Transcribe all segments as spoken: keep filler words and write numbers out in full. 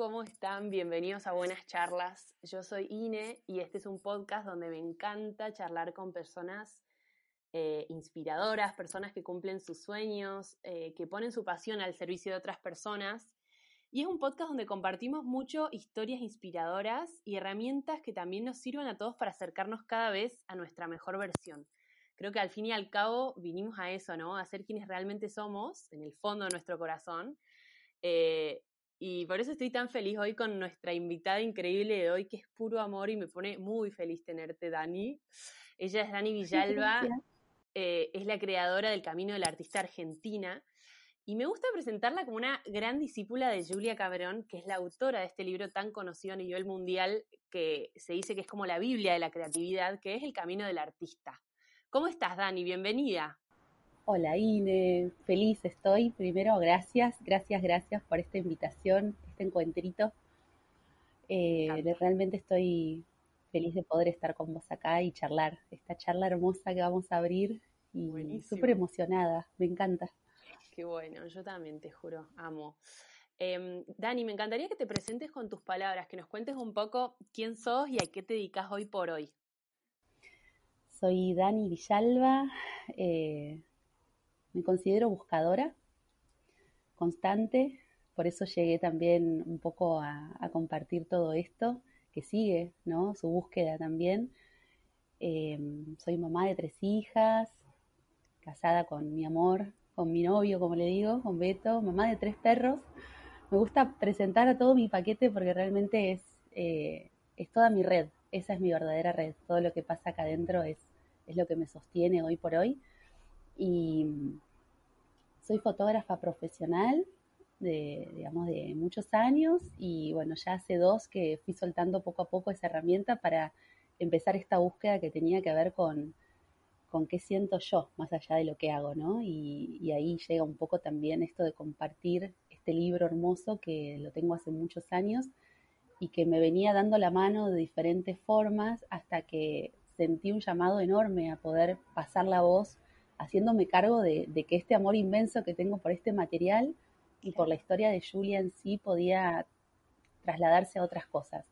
¿cómo están? Bienvenidos a Buenas Charlas. Yo soy Ine y este es un podcast donde me encanta charlar con personas eh, inspiradoras, personas que cumplen sus sueños, eh, que ponen su pasión al servicio de otras personas. Y es un podcast donde compartimos mucho historias inspiradoras y herramientas que también nos sirven a todos para acercarnos cada vez a nuestra mejor versión. Creo que al fin y al cabo vinimos a eso, ¿no? A ser quienes realmente somos, en el fondo de nuestro corazón. Eh, y por eso estoy tan feliz hoy con nuestra invitada increíble de hoy, que es puro amor y me pone muy feliz tenerte, Dani. Ella es Dani Villalba, eh, es la creadora del Camino del Artista Argentina. Y me gusta presentarla como una gran discípula de Julia Cameron, que es la autora de este libro tan conocido a nivel mundial, que se dice que es como la Biblia de la creatividad, que es El Camino del Artista. ¿Cómo estás, Dani? Bienvenida. Hola, Ine. Feliz estoy. Primero, gracias, gracias, gracias por esta invitación, este encuentrito. Eh, realmente estoy feliz de poder estar con vos acá y charlar esta charla hermosa que vamos a abrir y súper Buenísimo. emocionada. Me encanta. Qué bueno, yo también te juro, amo. Eh, Dani, me encantaría que te presentes con tus palabras, que nos cuentes un poco quién sos y a qué te dedicas hoy por hoy. Soy Dani Villalba. eh, me considero buscadora, constante. Por eso llegué también un poco a, a compartir todo esto, que sigue, ¿no? Su búsqueda también. Eh, soy mamá de tres hijas, casada con mi amor, con mi novio, como le digo, con Beto, mamá de tres perros. Me gusta presentar a todo mi paquete porque realmente es, eh, es toda mi red, esa es mi verdadera red. Todo lo que pasa acá adentro es, es lo que me sostiene hoy por hoy. Y soy fotógrafa profesional de, digamos, de muchos años y bueno, ya hace dos que fui soltando poco a poco esa herramienta para empezar esta búsqueda que tenía que ver con, con qué siento yo, más allá de lo que hago, ¿no? Y, y ahí llega un poco también esto de compartir este libro hermoso que lo tengo hace muchos años y que me venía dando la mano de diferentes formas hasta que sentí un llamado enorme a poder pasar la voz, haciéndome cargo de, de que este amor inmenso que tengo por este material y por la historia de Julia en sí podía trasladarse a otras cosas.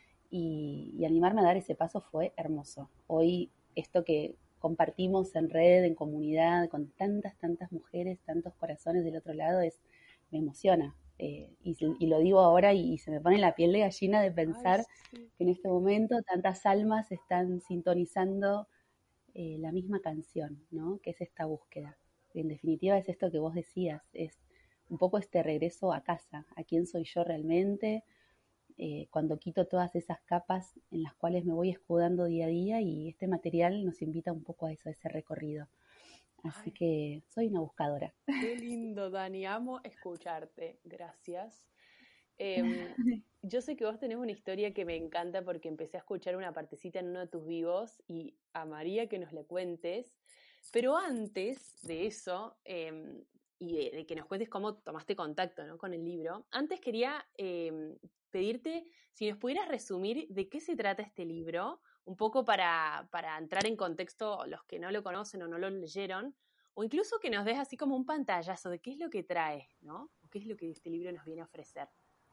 Y, y animarme a dar ese paso fue hermoso. Hoy esto que compartimos en red, en comunidad, con tantas, tantas mujeres, tantos corazones del otro lado, es, me emociona. Eh, y, y, lo digo ahora y, y se me pone la piel de gallina de pensar Ay, sí. que en este momento tantas almas están sintonizando eh, la misma canción, ¿no? Que es esta búsqueda. En definitiva es esto que vos decías, es un poco este regreso a casa, a quién soy yo realmente, eh, cuando quito todas esas capas en las cuales me voy escudando día a día y este material nos invita un poco a eso, a ese recorrido. Así Ay, que soy una buscadora. qué lindo, Dani. Amo escucharte. Gracias. Eh, yo sé que vos tenés una historia que me encanta porque empecé a escuchar una partecita en uno de tus vivos y amaría que nos la cuentes. Pero antes de eso, eh, y de, de que nos cuentes cómo tomaste contacto, ¿no?, con el libro, antes quería eh, pedirte si nos pudieras resumir de qué se trata este libro, un poco para, para entrar en contexto los que no lo conocen o no lo leyeron, o incluso que nos des así como un pantallazo de qué es lo que trae, ¿no? O qué es lo que este libro nos viene a ofrecer.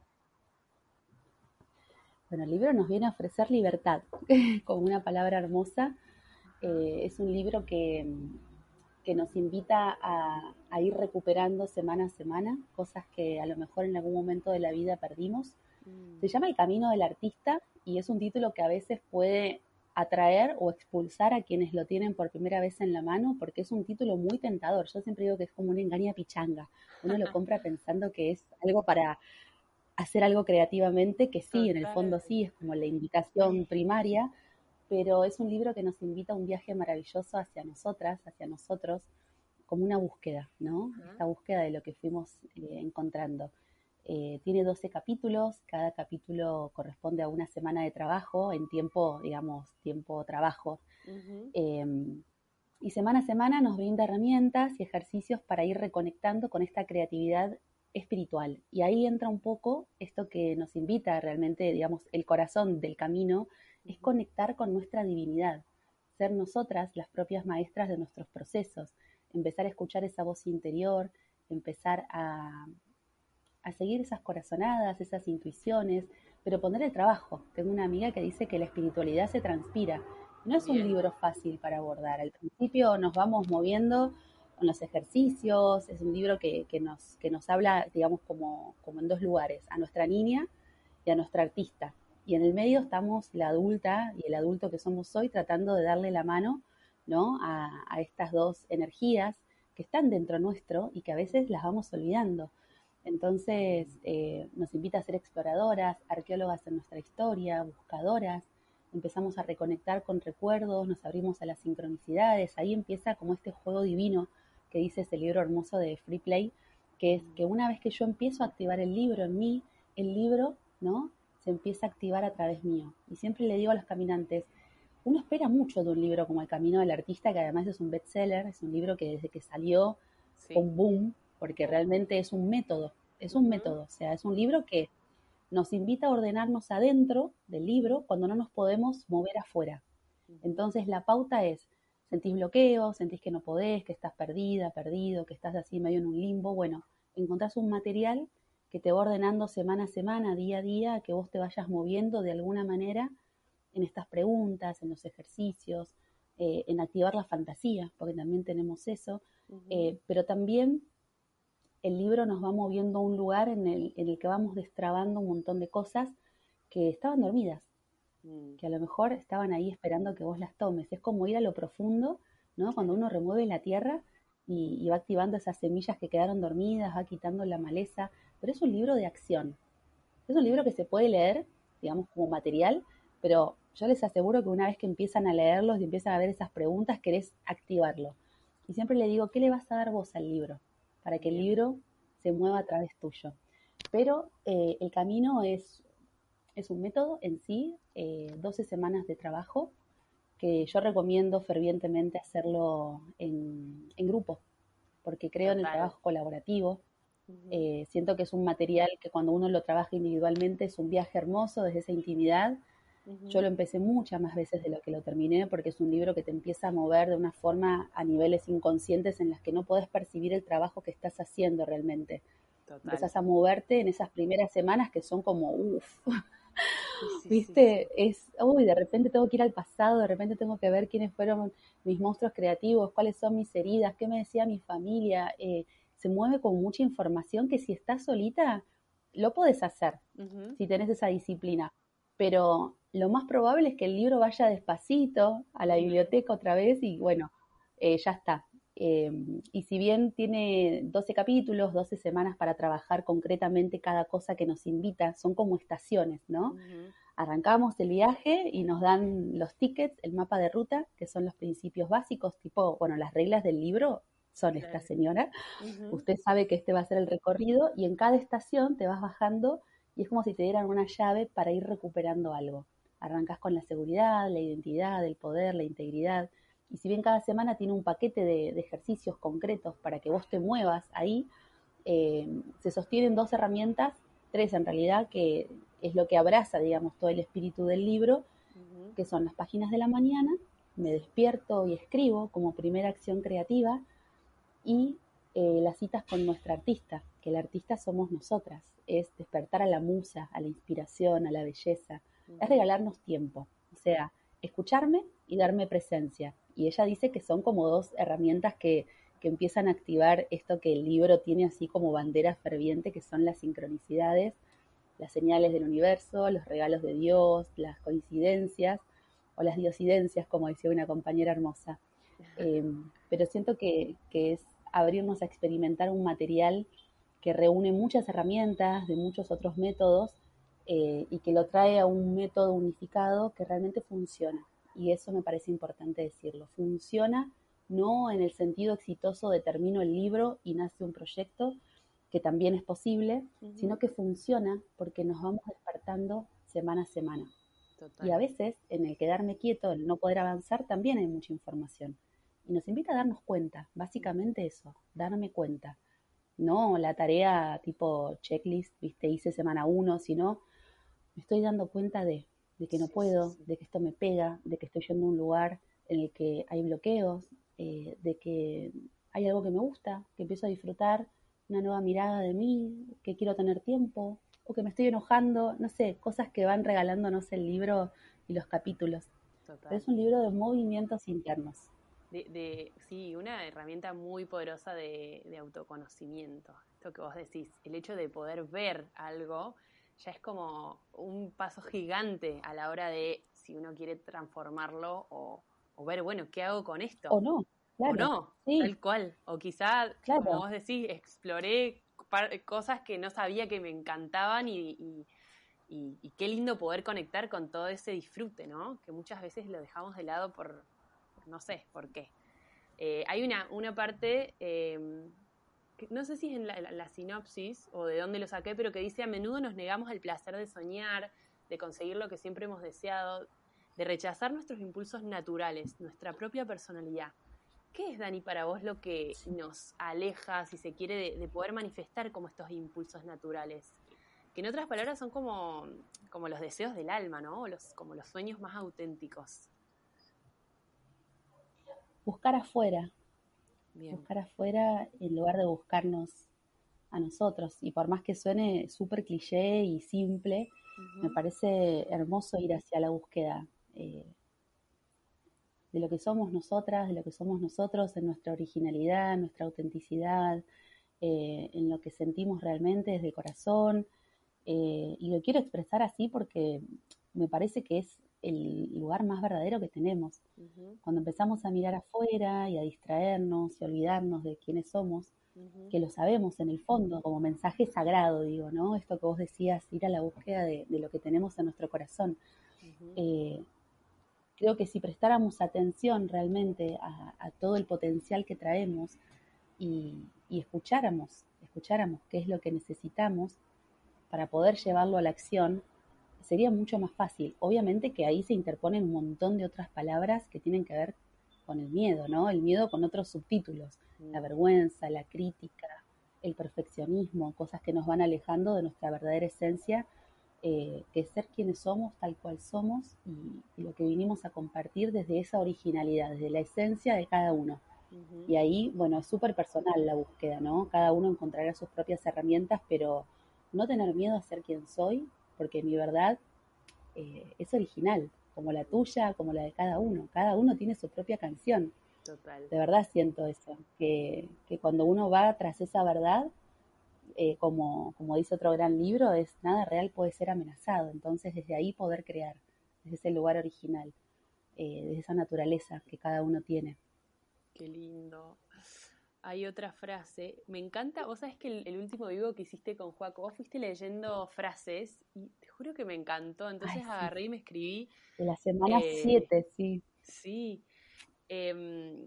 Bueno, el libro nos viene a ofrecer libertad, como una palabra hermosa. Eh, es un libro que, que nos invita a, a ir recuperando semana a semana cosas que a lo mejor en algún momento de la vida perdimos. Mm. Se llama El Camino del Artista y es un título que a veces puede atraer o expulsar a quienes lo tienen por primera vez en la mano, porque es un título muy tentador. Yo siempre digo que es como una engaña pichanga. Uno lo compra pensando que es algo para hacer algo creativamente, que sí, en el fondo sí, Totalmente. es como la invitación primaria, pero es un libro que nos invita a un viaje maravilloso hacia nosotras, hacia nosotros, como una búsqueda, ¿no? Ajá. Esta búsqueda de lo que fuimos eh, encontrando. Eh, tiene doce capítulos, cada capítulo corresponde a una semana de trabajo, en tiempo, digamos, tiempo trabajo. Uh-huh. Eh, y semana a semana nos brinda herramientas y ejercicios para ir reconectando con esta creatividad espiritual. Y ahí entra un poco esto que nos invita realmente, digamos, el corazón del camino, es Uh-huh. conectar con nuestra divinidad, ser nosotras las propias maestras de nuestros procesos, empezar a escuchar esa voz interior, empezar a, a seguir esas corazonadas, esas intuiciones, pero poner el trabajo. Tengo una amiga que dice que la espiritualidad se transpira. No es un Bien. libro fácil para abordar. Al principio nos vamos moviendo con los ejercicios, es un libro que, que, nos, que nos habla, digamos, como, como en dos lugares, a nuestra niña y a nuestra artista. Y en el medio estamos la adulta y el adulto que somos hoy tratando de darle la mano, ¿no? a, a estas dos energías que están dentro nuestro y que a veces las vamos olvidando. Entonces eh, nos invita a ser exploradoras, arqueólogas en nuestra historia, buscadoras, empezamos a reconectar con recuerdos, nos abrimos a las sincronicidades, ahí empieza como este juego divino que dice ese libro hermoso de Free Play, que es que una vez que yo empiezo a activar el libro en mí, el libro, ¿no?, se empieza a activar a través mío. Y siempre le digo a los caminantes, uno espera mucho de un libro como El Camino del Artista, que además es un bestseller, es un libro que desde que salió Sí. fue un boom, porque realmente es un método, es un Ujú. método, o sea, es un libro que nos invita a ordenarnos adentro del libro cuando no nos podemos mover afuera. Entonces la pauta es, sentís bloqueo, sentís que no podés, que estás perdida, perdido, que estás así medio en un limbo, bueno, encontrás un material que te va ordenando semana a semana, día a día, que vos te vayas moviendo de alguna manera en estas preguntas, en los ejercicios, eh, en activar la fantasía, porque también tenemos eso, Ujú. eh, pero también el libro nos va moviendo a un lugar en el, en el que vamos destrabando un montón de cosas que estaban dormidas, Mm. que a lo mejor estaban ahí esperando que vos las tomes. Es como ir a lo profundo, ¿no? Cuando uno remueve la tierra y, y va activando esas semillas que quedaron dormidas, va quitando la maleza, pero es un libro de acción. Es un libro que se puede leer, digamos, como material, pero yo les aseguro que una vez que empiezan a leerlos y empiezan a ver esas preguntas, querés activarlo. Y siempre le digo, ¿qué le vas a dar vos al libro? Para que el Bien. libro se mueva a través tuyo. Pero eh, el camino es, es un método en sí, eh, doce semanas de trabajo, que yo recomiendo fervientemente hacerlo en, en grupo, porque creo en el Total. trabajo colaborativo. Ujú. Eh, siento que es un material que cuando uno lo trabaja individualmente es un viaje hermoso desde esa intimidad. Yo Ujú. lo empecé muchas más veces de lo que lo terminé porque es un libro que te empieza a mover de una forma a niveles inconscientes en las que no podés percibir el trabajo que estás haciendo realmente. Total. Empezás a moverte en esas primeras semanas que son como, uff, Sí, sí, sí, sí. viste, es, uy, de repente tengo que ir al pasado, de repente tengo que ver quiénes fueron mis monstruos creativos, cuáles son mis heridas, qué me decía mi familia. Eh, se mueve con mucha información que si estás solita, lo podés hacer, Ujú. si tenés esa disciplina. Pero lo más probable es que el libro vaya despacito a la Ujú. biblioteca otra vez y bueno, eh, ya está. Eh, y si bien tiene doce capítulos, doce semanas para trabajar concretamente cada cosa que nos invita, son como estaciones, ¿no? Ujú. Arrancamos el viaje y nos dan los tickets, el mapa de ruta, que son los principios básicos, tipo, bueno, las reglas del libro son esta Claro. señora. Ujú. Usted sabe que este va a ser el recorrido y en cada estación te vas bajando y es como si te dieran una llave para ir recuperando algo. Arrancas con la seguridad, la identidad, el poder, la integridad. Y si bien cada semana tiene un paquete de, de ejercicios concretos para que vos te muevas ahí, eh, se sostienen dos herramientas, tres en realidad, que es lo que abraza, digamos, todo el espíritu del libro, Ujú. que son las páginas de la mañana, me despierto y escribo como primera acción creativa, y eh, las citas con nuestra artista, que la artista somos nosotras, es despertar a la musa, a la inspiración, a la belleza, es Ujú. regalarnos tiempo, o sea, escucharme y darme presencia. Y ella dice que son como dos herramientas que, que empiezan a activar esto que el libro tiene así como bandera ferviente, que son las sincronicidades, las señales del universo, los regalos de Dios, las coincidencias o las diosidencias, como decía una compañera hermosa. Eh, pero siento que, que es abrirnos a experimentar un material que reúne muchas herramientas de muchos otros métodos, eh, y que lo trae a un método unificado que realmente funciona. Y eso me parece importante decirlo. Funciona no en el sentido exitoso de termino el libro y nace un proyecto, que también es posible, sino Ujú. que funciona porque nos vamos despertando semana a semana. Y Total. a veces en el quedarme quieto, el no poder avanzar, también hay mucha información. Y nos invita a darnos cuenta, básicamente eso, darme cuenta. No la tarea tipo checklist, viste, hice semana uno, sino me estoy dando cuenta de, de que no Sí, sí, puedo, sí. de que esto me pega, de que estoy yendo a un lugar en el que hay bloqueos, eh, de que hay algo que me gusta, que empiezo a disfrutar, una nueva mirada de mí, que quiero tener tiempo, o que me estoy enojando, no sé, cosas que van regalándonos el libro y los capítulos. Pero Total. es un libro de movimientos internos. De, de, sí, una herramienta muy poderosa de, de autoconocimiento. Esto que vos decís, el hecho de poder ver algo ya es como un paso gigante a la hora de si uno quiere transformarlo o, o ver, bueno, ¿qué hago con esto? O no, O claro, no, sí, tal cual. O quizá, como claro. vos decís, exploré cosas que no sabía que me encantaban y, y, y, y qué lindo poder conectar con todo ese disfrute, ¿no? Que muchas veces lo dejamos de lado por, por no sé por qué. Eh, hay una, una parte, eh, que no sé si es en la, la, la sinopsis o de dónde lo saqué, pero que dice: a menudo nos negamos al placer de soñar, de conseguir lo que siempre hemos deseado, de rechazar nuestros impulsos naturales, nuestra propia personalidad. ¿Qué es, Dani, para vos lo que Sí. nos aleja, si se quiere, de, de poder manifestar como estos impulsos naturales? Que en otras palabras son como, como los deseos del alma, ¿no? O los, como los sueños más auténticos. Buscar afuera, Bien. buscar afuera en lugar de buscarnos a nosotros. Y por más que suene súper cliché y simple, me Uh-huh. parece hermoso ir hacia la búsqueda eh, de lo que somos nosotras, de lo que somos nosotros, en nuestra originalidad, en nuestra autenticidad, eh, en lo que sentimos realmente desde el corazón. Eh, y lo quiero expresar así porque me parece que es el lugar más verdadero que tenemos. Uh-huh. Cuando empezamos a mirar afuera y a distraernos y olvidarnos de quiénes somos, Uh-huh. que lo sabemos en el fondo, como mensaje sagrado, digo, ¿no? Esto que vos decías, ir a la búsqueda de, de lo que tenemos en nuestro corazón. Uh-huh. Eh, Creo que si prestáramos atención realmente a, a todo el potencial que traemos y, y escucháramos, escucháramos qué es lo que necesitamos para poder llevarlo a la acción, sería mucho más fácil. Obviamente que ahí se interponen un montón de otras palabras que tienen que ver con el miedo, ¿no? El miedo con otros subtítulos, la Uh-huh. vergüenza, la crítica, el perfeccionismo, cosas que nos van alejando de nuestra verdadera esencia, eh, que es ser quienes somos, tal cual somos, y, y lo que vinimos a compartir desde esa originalidad, desde la esencia de cada uno. Uh-huh. Y ahí, bueno, es súper personal la búsqueda, ¿no? Cada uno encontrará sus propias herramientas, pero no tener miedo a ser quien soy, porque mi verdad eh, es original, como la tuya, como la de cada uno. Cada uno tiene su propia canción. Total. De verdad siento eso, que, que cuando uno va tras esa verdad, eh, como, como dice otro gran libro, es nada real puede ser amenazado. Entonces desde ahí poder crear, desde ese lugar original, eh, desde esa naturaleza que cada uno tiene. Qué lindo. Hay otra frase, me encanta, vos sabés que el, el último vivo que hiciste con Joaco, vos fuiste leyendo frases y te juro que me encantó, Ay, entonces sí. agarré y me escribí, De la semana eh, siete sí. sí, eh,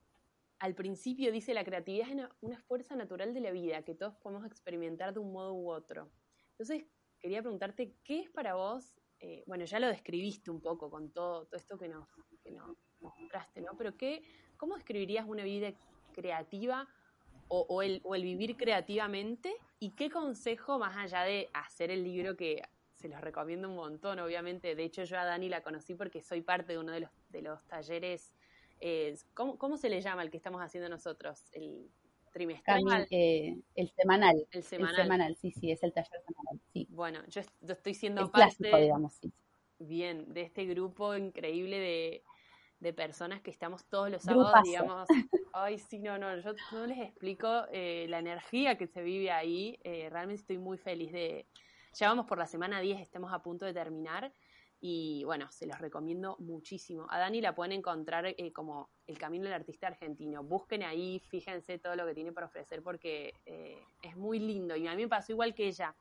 al principio dice: la creatividad es una, una fuerza natural de la vida que todos podemos experimentar de un modo u otro. Entonces quería preguntarte, ¿qué es para vos? Eh, bueno, ya lo describiste un poco con todo, todo esto que nos, que nos mostraste, ¿no? Pero ¿qué, ¿cómo describirías una vida creativa o, o, el, o el vivir creativamente? ¿Y qué consejo, más allá de hacer el libro, que se los recomiendo un montón, obviamente? De hecho, yo a Dani la conocí porque soy parte de uno de los, de los talleres. Eh, ¿cómo, ¿Cómo se le llama el que estamos haciendo nosotros? ¿El trimestral? Cami, eh, el semanal, ¿El el semanal? semanal, sí, sí, es el taller semanal, sí. Bueno, yo, yo estoy siendo El clásico, parte, digamos, sí. bien, de este grupo increíble de, de personas que estamos todos los sábados, Grupazo. digamos. Ay, sí, no, no, yo no les explico eh, la energía que se vive ahí. Eh, realmente estoy muy feliz de... Ya vamos por la semana diez, estamos a punto de terminar. Y bueno, se los recomiendo muchísimo. A Dani la pueden encontrar eh, como El Camino del Artista Argentino. Busquen ahí, fíjense todo lo que tiene para ofrecer porque eh, es muy lindo. Y a mí me pasó igual que ella.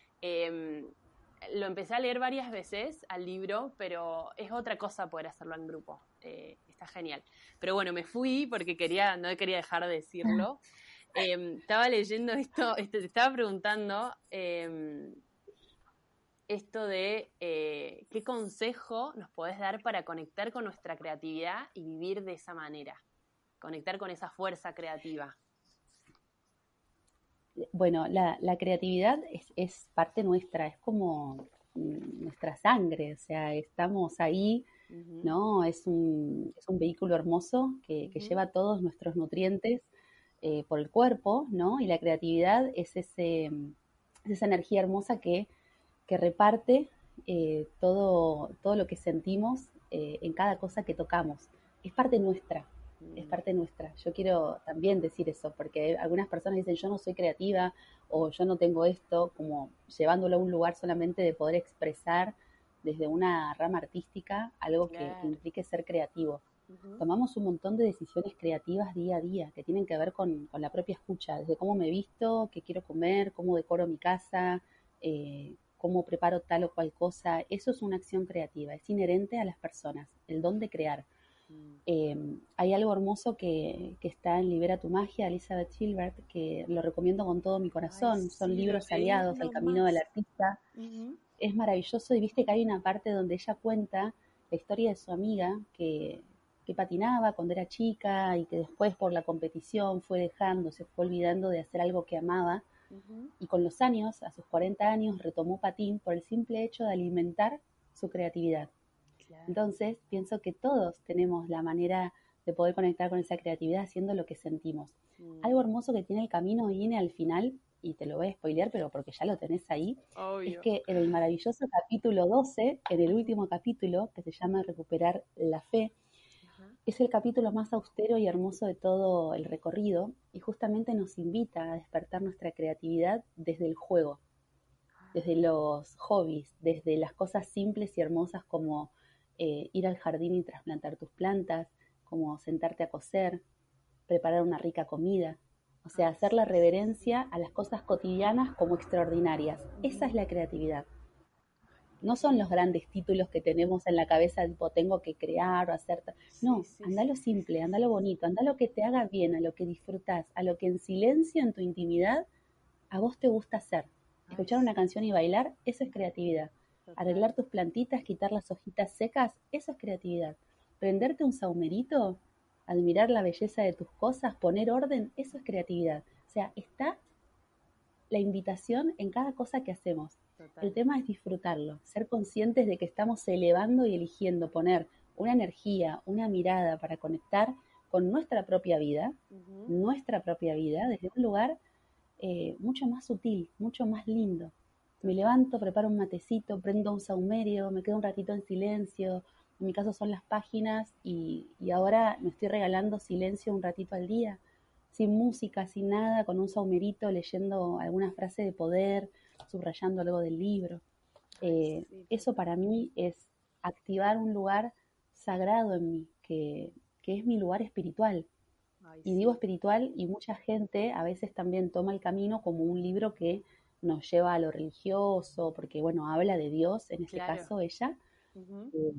Eh, lo empecé a leer varias veces al libro, pero es otra cosa poder hacerlo en grupo. Eh, está genial. Pero bueno, me fui porque quería, no quería dejar de decirlo. Eh, estaba leyendo esto, este, te estaba preguntando eh, esto de eh, qué consejo nos podés dar para conectar con nuestra creatividad y vivir de esa manera. Conectar con esa fuerza creativa. Bueno, la, la creatividad es, es parte nuestra, es como mm, nuestra sangre, o sea, estamos ahí, Uh-huh, ¿no? Es un, es un vehículo hermoso que, que uh-huh, lleva todos nuestros nutrientes, eh, por el cuerpo, ¿no? Y la creatividad es, ese, es esa energía hermosa que, que reparte eh, todo, todo lo que sentimos eh, en cada cosa que tocamos. Es parte nuestra, es Mm, parte nuestra. Yo quiero también decir eso, porque algunas personas dicen yo no soy creativa o yo no tengo esto, como llevándolo a un lugar solamente de poder expresar desde una rama artística algo que, que claro. implique ser creativo. Ujú. Tomamos un montón de decisiones creativas día a día que tienen que ver con, con la propia escucha, desde cómo me visto, qué quiero comer, cómo decoro mi casa, eh, cómo preparo tal o cual cosa. Eso es una acción creativa, es inherente a las personas, el don de crear. Mm. Eh, hay algo hermoso que, que está en Libera tu Magia, Elizabeth Gilbert, que lo recomiendo con todo mi Ay, corazón. Son sí, lo libros leí aliados al camino del nomás. artista. Ujú. Es maravilloso y viste que hay una parte donde ella cuenta la historia de su amiga que, que patinaba cuando era chica y que después por la competición fue dejando, se fue olvidando de hacer algo que amaba Ujú. y con los años, a sus cuarenta años, retomó patín por el simple hecho de alimentar su creatividad. Claro. Entonces, pienso que todos tenemos la manera de poder conectar con esa creatividad haciendo lo que sentimos. Mm, Algo hermoso que tiene el camino viene al final, y te lo voy a spoilear, pero porque ya lo tenés ahí, es obvio. que en el maravilloso capítulo doce, en el Ujú. último capítulo, que se llama Recuperar la fe, Ajá. es el capítulo más austero y hermoso de todo el recorrido y justamente nos invita a despertar nuestra creatividad desde el juego, desde los hobbies, desde las cosas simples y hermosas como eh, ir al jardín y trasplantar tus plantas, como sentarte a coser, preparar una rica comida. O sea, Ay, hacer la sí, sí, sí. reverencia a las cosas cotidianas como extraordinarias. Esa es Ujú. la creatividad. Qué No son los lindo. grandes títulos que tenemos en la cabeza, tipo, tengo que crear o hacer. Sí, No, sí, anda sí, lo sí, simple, sí, anda sí, lo sí. bonito, anda lo que te haga bien, a lo que disfrutás, a lo que en silencio, en tu intimidad, a vos te gusta hacer. Ay, Escuchar una sí, canción y bailar, eso es creatividad. total. Arreglar tus plantitas, quitar las hojitas secas, eso es creatividad. Prenderte un saumerito, admirar la belleza de tus cosas, poner orden, eso es creatividad. O sea, está la invitación en cada cosa que hacemos. El Total. tema es disfrutarlo, ser conscientes de que estamos elevando y eligiendo poner una energía, una mirada para conectar con nuestra propia vida, Ujú. nuestra propia vida, desde un lugar eh, mucho más sutil, mucho más lindo. Me Total. levanto, preparo un matecito, prendo un saumerio, me quedo un ratito en silencio. En mi caso son las páginas y, y ahora me estoy regalando silencio un ratito al día, sin música, sin nada, con un saumerito, leyendo alguna frase de poder, subrayando algo del libro. Ay, Eh, sí, eso total. para mí es activar un lugar sagrado en mí, que, que es mi lugar espiritual. Ay, Y digo sí. espiritual y mucha gente a veces también toma el camino como un libro que nos lleva a lo religioso, porque bueno, habla de Dios, en este Claro. caso ella, Ujú. eh,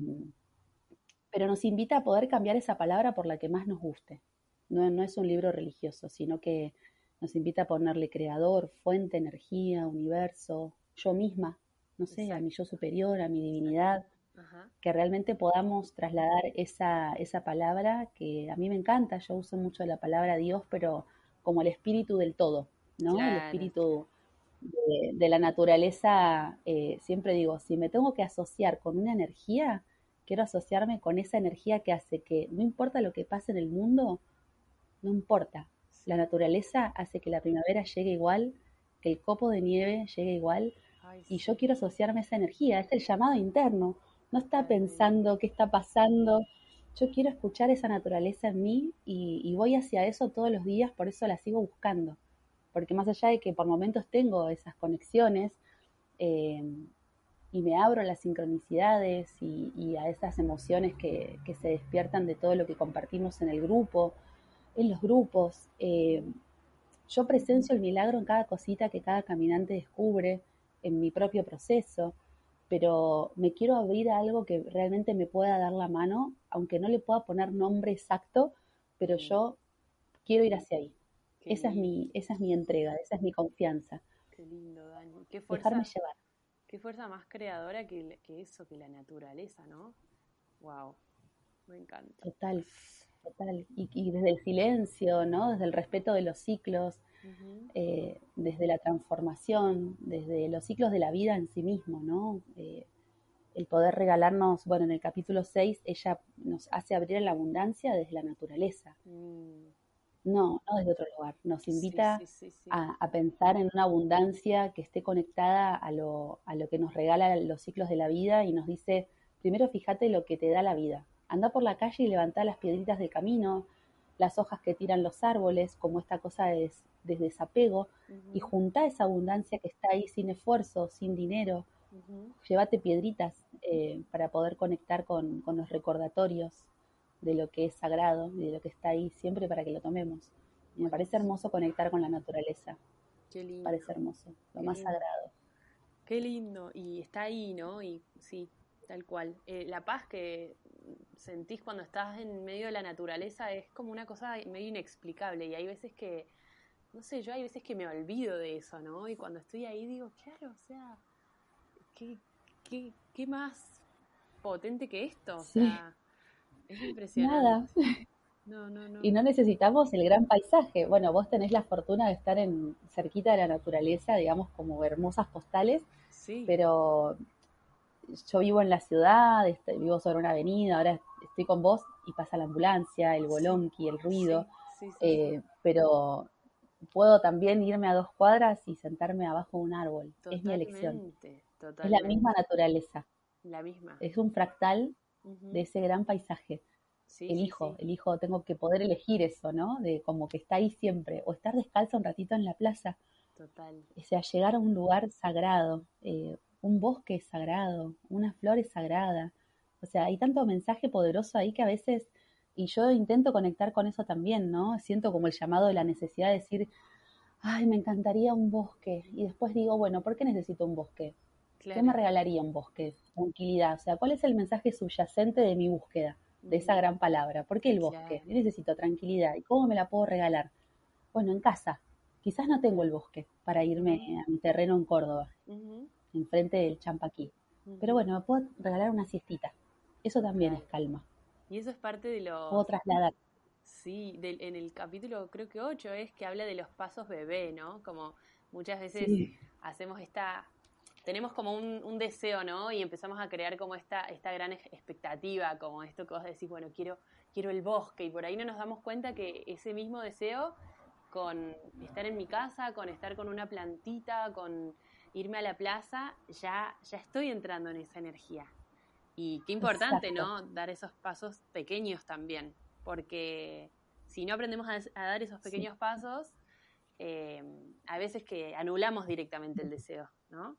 pero nos invita a poder cambiar esa palabra por la que más nos guste. No, no es un libro religioso, sino que nos invita a ponerle creador, fuente, energía, universo, yo misma, no sé, a mi yo Exacto. superior, a mi Exacto. divinidad, Ajá. que realmente podamos trasladar esa, esa palabra que a mí me encanta, yo uso mucho la palabra Dios, pero como el espíritu del todo, ¿no? El Claro. espíritu de, de la naturaleza, eh, siempre digo, si me tengo que asociar con una energía, quiero asociarme con esa energía que hace que no importa lo que pase en el mundo, no importa. La Sí. naturaleza hace que la primavera llegue igual, que el copo de nieve llegue igual, Ay, y yo sí. quiero asociarme a esa energía, es el llamado interno. No está Totalmente. pensando qué está pasando. Yo quiero escuchar esa naturaleza en mí y, y voy hacia eso todos los días, por eso la sigo buscando. Porque más allá de que por momentos tengo esas conexiones eh, y me abro a las sincronicidades y, y a esas emociones que, que, se despiertan de todo lo que compartimos en el grupo, en los grupos. Eh, yo presencio el milagro en cada cosita que cada caminante descubre, en mi propio proceso, pero me quiero abrir a algo que realmente me pueda dar la mano, aunque no le pueda poner nombre exacto, pero Mm, yo quiero ir hacia ahí. qué Esa es mi, lindo. esa es mi entrega, esa es mi confianza, Qué lindo, Dani. Qué dejarme fuerza, llevar. qué fuerza más creadora que, le- que eso, que la naturaleza, ¿no? Wow, me encanta. Total, total. Y, y desde el silencio, ¿no? Desde el respeto de los ciclos, Ujú. eh, desde la transformación, desde los ciclos de la vida en sí mismo, ¿no? Eh, el poder regalarnos, bueno, en el capítulo seis ella nos hace abrir a la abundancia desde la naturaleza. Mm, No, no desde otro lugar. Nos Sí, invita sí, sí, sí. a, a pensar en una abundancia que esté conectada a lo, a lo que nos regala los ciclos de la vida y nos dice, primero fíjate lo que te da la vida. Anda por la calle y levantá las piedritas del camino, las hojas que tiran los árboles, como esta cosa de, des- de desapego, y Ujú, juntá esa abundancia que está ahí sin esfuerzo, sin dinero. ujú. Llévate piedritas eh, para poder conectar con, con los recordatorios de lo que es sagrado y de lo que está ahí siempre para que lo tomemos. Y me parece Buenísimo. hermoso conectar con la naturaleza, Qué lindo, parece hermoso, lo qué más lindo. sagrado. Qué lindo. Y está ahí, ¿no? Y sí, tal cual. Eh, la paz que sentís cuando estás en medio de la naturaleza es como una cosa medio inexplicable. Y hay veces que, no sé, yo hay veces que me olvido de eso, ¿no? Y cuando estoy ahí digo, claro, o sea, ¿qué, qué, qué más potente que esto? O Sí, sea, es impresionante. nada. No, no, Y no. no necesitamos el gran paisaje. Bueno, vos tenés la fortuna de estar en cerquita de la naturaleza, digamos, como hermosas postales, Sí, pero yo vivo en la ciudad, estoy- vivo sobre una avenida, ahora estoy con vos y pasa la ambulancia, el sí, bolonqui, el ruido, sí, sí, sí, sí. eh, pero puedo también irme a dos cuadras y sentarme abajo de un árbol. Es mi elección. Totalmente, Es la totalmente. misma naturaleza. La misma. Es un fractal de Ujú. ese gran paisaje. Sí, sí, Elijo, sí. elijo, tengo que poder elegir eso, ¿no? De como que está ahí siempre. O estar descalza un ratito en la plaza. Total. O sea, llegar a un lugar sagrado, eh, un bosque es sagrado, una flor es sagrada. O sea, hay tanto mensaje poderoso ahí que a veces, y yo intento conectar con eso también, ¿no? Siento como el llamado de la necesidad de decir, ay, me encantaría un bosque. Y después digo, bueno, ¿por qué necesito un bosque? ¿Qué me Claro. regalaría un bosque? Tranquilidad. O sea, ¿cuál es el mensaje subyacente de mi búsqueda? De esa Ujú. gran palabra. ¿Por qué el bosque? Claro, Yo necesito tranquilidad. ¿Y cómo me la puedo regalar? Bueno, en casa. Quizás no tengo el claro. bosque para irme Ujú, a mi terreno en Córdoba, ujú, enfrente del Champaquí. Pero ujú. bueno, me puedo regalar una siestita. Eso también es Total. calma. Y eso es parte de Puedo los, trasladar. sí, del, en el capítulo creo que ocho es que habla de los pasos bebé, ¿no? Como muchas veces Sí, hacemos esta, tenemos como un, un deseo, ¿no? Y empezamos a crear como esta, esta gran ex- expectativa, como esto que vos decís, bueno, quiero, quiero el bosque, y por ahí no nos damos cuenta que ese mismo deseo, con estar en mi casa, con estar con una plantita, con irme a la plaza, ya, ya estoy entrando en esa energía. Y qué importante, exacto. ¿no? Dar esos pasos pequeños también, porque si no aprendemos a, a dar esos Sí. pequeños pasos, eh, a veces que anulamos directamente el deseo, ¿no?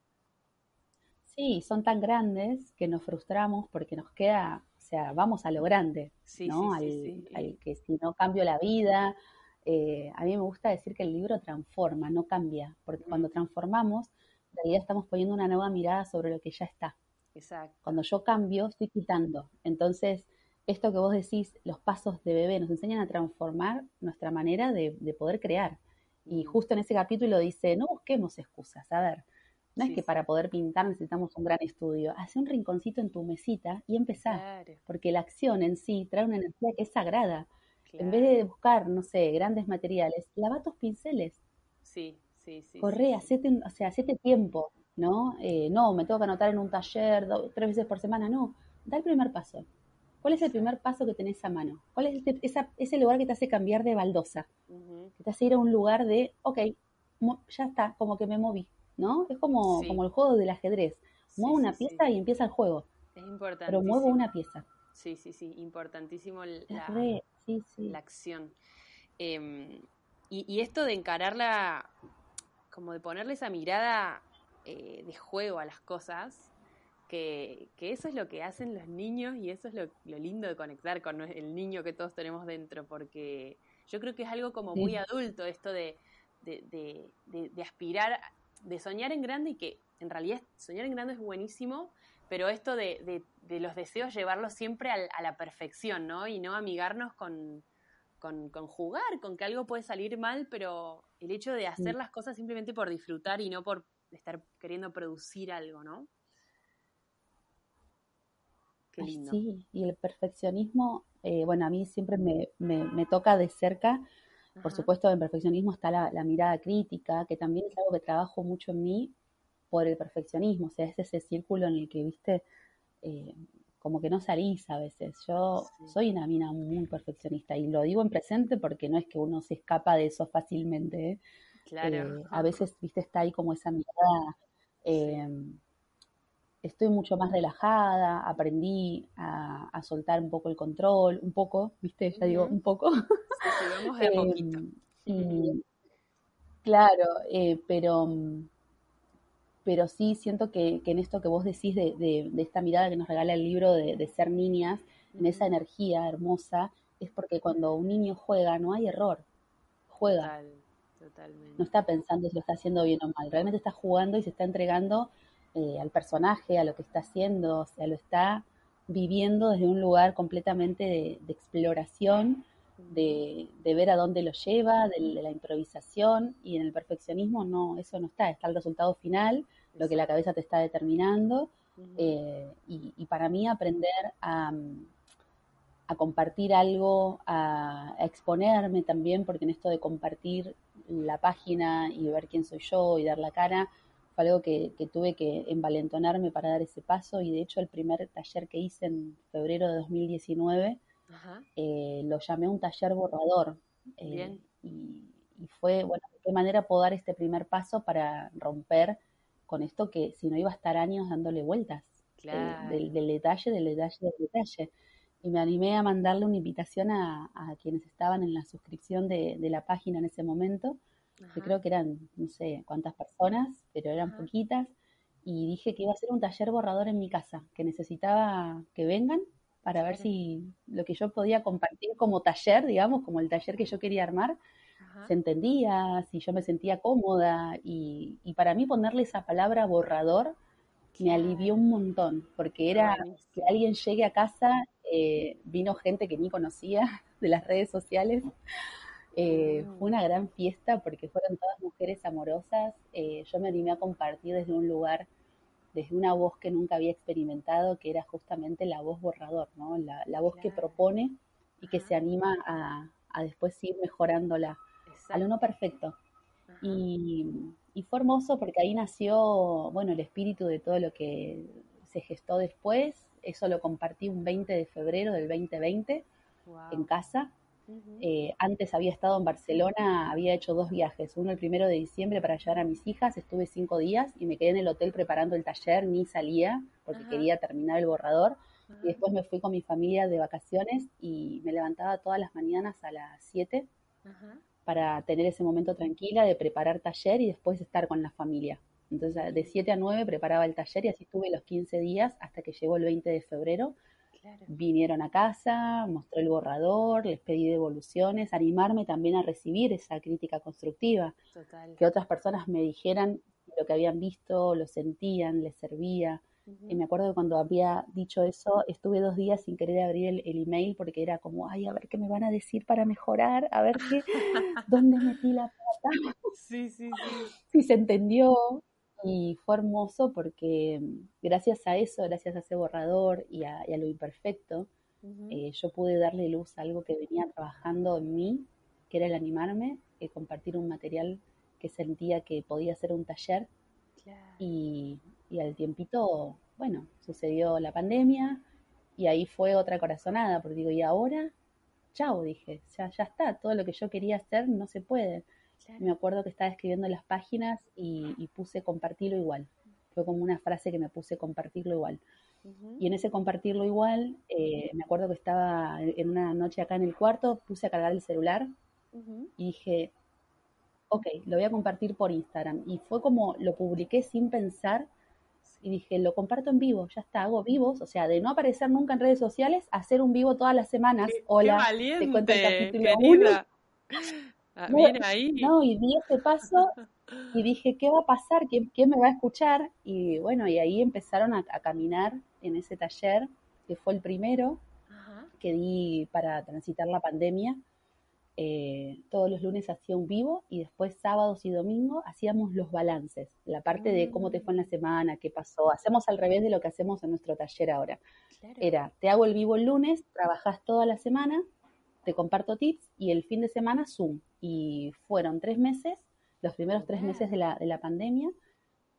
Sí, son tan grandes que nos frustramos porque nos queda, o sea, vamos a lo grande, Sí, sí, ¿no? sí, Al, sí. al que si no cambio la vida, eh, a mí me gusta decir que el libro transforma, no cambia, porque Mm, cuando transformamos, en realidad estamos poniendo una nueva mirada sobre lo que ya está. exacto. Cuando yo cambio, estoy quitando. Entonces, esto que vos decís, los pasos de bebé, nos enseñan a transformar nuestra manera de, de poder crear. Y Mm, justo en ese capítulo dice, no busquemos excusas. A ver, no es sí, que sí, para poder pintar necesitamos un gran estudio. Haz un rinconcito en tu mesita y empezá. claro, Porque la acción en sí trae una energía que es sagrada. En vez claro. de buscar, no sé, grandes materiales, lava tus pinceles, Sí, sí, sí, sí, corre, sí. hacete, un- o sea, hacete tiempo, ¿no? Eh, no, me tengo que anotar en un taller do- tres veces por semana, no. Da el primer paso. ¿Cuál es el Exacto. primer paso que tenés a mano? ¿Cuál es ese, esa- ese lugar que te hace cambiar de baldosa? Ujú. Que te hace ir a un lugar de, ok, mo- ya está, como que me moví, ¿no? Es como, como Sí, el juego del ajedrez. sí, Muevo sí, una sí. pieza y empieza el juego, Es pero muevo importantísimo. una pieza. Sí, sí, sí, importantísimo el- Es la, re, sí, la sí, acción. Em, y, y esto de encararla, como de ponerle esa mirada eh, de juego a las cosas, que, que eso es lo que hacen los niños y eso es lo, lo lindo de conectar con el niño que todos tenemos dentro, porque yo creo que es algo como muy sí, adulto esto de, de, de, de, de aspirar, de soñar en grande y que en realidad soñar en grande es buenísimo, pero esto de, de, de los deseos llevarlos siempre al, a la perfección, ¿no? Y no amigarnos con, con, con jugar, con que algo puede salir mal, pero el hecho de hacer sí. las cosas simplemente por disfrutar y no por estar queriendo producir algo, ¿no? Qué Ay, lindo. sí, y el perfeccionismo, eh, bueno, a mí siempre me, me, me toca de cerca. Por Ajá. supuesto, en perfeccionismo está la, la mirada crítica, que también es algo que trabajo mucho en mí por el perfeccionismo. O sea, es ese círculo en el que, viste, eh, como que no salís a veces. Yo Sí, soy una mina muy perfeccionista y lo digo en presente porque no es que uno se escapa de eso fácilmente, ¿eh? claro. Eh, a veces, viste, está ahí como esa mirada, Sí. eh, estoy mucho más relajada, aprendí a, a soltar un poco el control, un poco, viste, ya digo, Ujú. un poco. Sí, sí, vamos de a Eh, poquito. y claro, eh, pero, pero sí siento que, que en esto que vos decís de, de- de esta mirada que nos regala el libro de, de ser niñas, en esa Ujú. energía hermosa, es porque cuando un niño juega no hay error, juega, Total, no totalmente. está pensando si lo está haciendo bien o mal, realmente está jugando y se está entregando eh, al personaje, a lo que está haciendo, o sea, lo está viviendo desde un lugar completamente de, de exploración, Ujú. de, de, ver a dónde lo lleva, de, de, la improvisación, y en el perfeccionismo no, eso no está, está el resultado final, lo que la Exacto. cabeza te está determinando, Ujú. eh, y, y, para mí aprender a, a compartir algo, a, a, exponerme también, porque en esto de compartir la página y ver quién soy yo y dar la cara, fue algo que, que tuve que envalentonarme para dar ese paso, y de hecho el primer taller que hice en febrero de dos mil diecinueve Ajá. eh, lo llamé un taller borrador, eh, Bien. y, y fue, bueno, de qué manera puedo dar este primer paso para romper con esto que si no iba a estar años dándole vueltas, eh, del, Claro. del detalle, del detalle, del detalle. Y me animé a mandarle una invitación a, a quienes estaban en la suscripción de, de la página en ese momento, que Ajá. creo que eran, no sé cuántas personas, pero eran Ajá. poquitas, y dije que iba a hacer un taller borrador en mi casa, que necesitaba que vengan para ver Claro. si lo que yo podía compartir como taller, digamos, como el taller que yo quería armar, Ajá. se entendía, si yo me sentía cómoda, y, y para mí ponerle esa palabra borrador me alivió Claro. un montón, porque Está era que buenísimo. alguien llegue a casa, eh, vino gente que ni conocía de las redes sociales, eh, fue Mm. una gran fiesta porque fueron todas mujeres amorosas, eh, yo me animé a compartir desde un lugar, desde una voz que nunca había experimentado, que era justamente la voz borrador, ¿no? La, la voz que Claro. propone y que Ajá. se anima a, a después ir mejorándola a lo no Exacto. perfecto. Ajá. Y, y fue hermoso porque ahí nació, bueno, el espíritu de todo lo que se gestó después. Eso lo compartí un veinte de febrero del dos mil veinte en Wow. casa. Eh, antes había estado en Barcelona, había hecho dos viajes, uno el primero de diciembre para llevar a mis hijas, estuve cinco días y me quedé en el hotel preparando el taller, ni salía porque Ajá. quería terminar el borrador, y Ajá. después me fui con mi familia de vacaciones y me levantaba todas las mañanas a las siete Ajá. para tener ese momento tranquila de preparar taller y después estar con la familia. Entonces de Bien. siete a nueve preparaba el taller y así estuve los quince días hasta que llegó el veinte de febrero. Claro. Vinieron a casa, mostré el borrador, les pedí devoluciones, animarme también a recibir esa crítica constructiva, Total. que otras personas me dijeran lo que habían visto, lo sentían, les servía. Y Ujú. me acuerdo que cuando había dicho eso, estuve dos días sin querer abrir el, el email porque era como, ay, a ver qué me van a decir para mejorar, a ver qué, dónde metí la pata, Sí, sí, sí. si se entendió. Y fue hermoso porque mm, gracias a eso, gracias a ese borrador y a, y a lo imperfecto, Ujú. eh, yo pude darle luz a algo que venía trabajando en mí, que era el animarme, eh, compartir un material que sentía que podía ser un taller, Claro. y, y al tiempito, bueno, sucedió la pandemia y ahí fue otra corazonada, porque digo, ¿y ahora? Chao, dije, ya, ya está, todo lo que yo quería hacer no se puede. Me Claro. acuerdo que estaba escribiendo las páginas y, y puse compartirlo igual. Fue como una frase que me puse compartirlo igual. Ujú. Y en ese compartirlo igual, eh, me acuerdo que estaba en una noche acá en el cuarto, puse a cargar el celular Ujú. y dije, ok, lo voy a compartir por Instagram. Y fue como lo publiqué sin pensar y Sí. dije, lo comparto en vivo, ya está, hago vivos, o sea, de no aparecer nunca en redes sociales, hacer un vivo todas las semanas. Qué, qué Hola, te cuento el valiente, capítulo uno. querida. Ah, No, bien ahí. no, y di ese paso y dije, ¿qué va a pasar? ¿Quién, quién me va a escuchar? Y bueno, y ahí empezaron a, a caminar en ese taller, que fue el primero Ajá. que di para transitar la pandemia. Eh, todos los lunes hacía un vivo y después sábados y domingos hacíamos los balances, la parte de cómo te fue en la Mm. semana, qué pasó. Hacemos al revés de lo que hacemos en nuestro taller ahora. Claro. Era, te hago el vivo el lunes, trabajás toda la semana, te comparto tips y el fin de semana Zoom. Y fueron tres meses, los primeros tres meses de Wow. la, de la pandemia,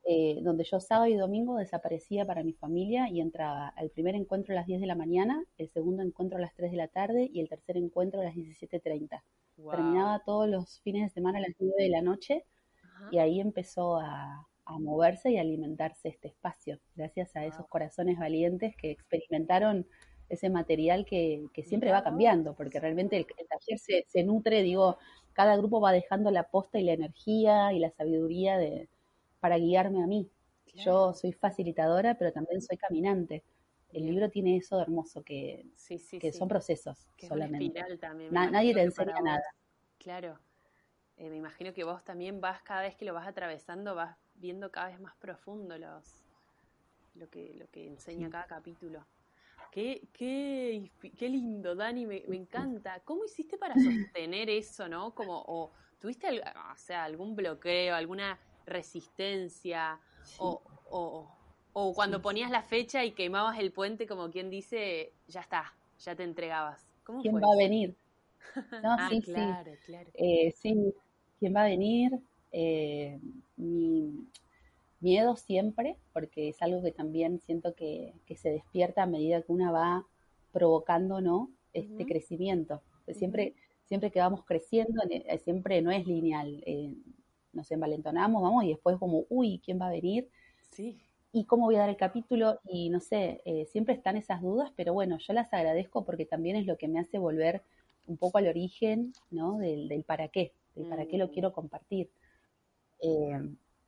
eh, donde yo sábado y domingo desaparecía para mi familia y entraba al primer encuentro a las diez de la mañana, el segundo encuentro a las tres de la tarde y el tercer encuentro a las diecisiete treinta. Wow. Terminaba todos los fines de semana a las nueve de la noche Ajá. y ahí empezó a, a moverse y a alimentarse este espacio, gracias a esos Wow. corazones valientes que experimentaron ese material que, que siempre Mirá va vos. cambiando, porque realmente el, el taller se, se nutre, digo, cada grupo va dejando la posta y la energía y la sabiduría de, para guiarme a mí. Yo Claro. soy facilitadora, pero también soy caminante. El Bien. libro tiene eso de hermoso, que, Sí, sí, que son sí. procesos Que es una solamente. espiral también. Me Na- nadie imagino te que enseña para nada. vos, claro, eh, me imagino que vos también vas, cada vez que lo vas atravesando, vas viendo cada vez más profundo los, lo que, lo que enseña Sí, cada capítulo. Qué, qué, inspi- qué lindo, Dani, me, me sí, sí. encanta. ¿Cómo hiciste para sostener eso, no? Como, o tuviste, al- o sea, algún bloqueo, alguna resistencia, Sí, o, o, o cuando sí, sí. ponías la fecha y quemabas el puente, como quien dice, ya está, ya te entregabas. ¿Cómo ¿Quién fue va a eso? venir? No, Ah, sí, sí. claro, claro. Eh, sí, ¿quién va a venir? Eh, mi miedo siempre, porque es algo que también siento que, que se despierta a medida que una va provocando, ¿no? Este Ujú, crecimiento. ujú. Siempre, siempre que vamos creciendo, eh, siempre no es lineal. Eh, nos envalentonamos, vamos, y después como, uy, ¿quién va a venir? Sí, ¿Y cómo voy a dar el capítulo? Y no sé, eh, siempre están esas dudas, pero bueno, yo las agradezco porque también es lo que me hace volver un poco al origen, ¿no? Del, del para qué, del para qué lo mm, quiero compartir. Eh,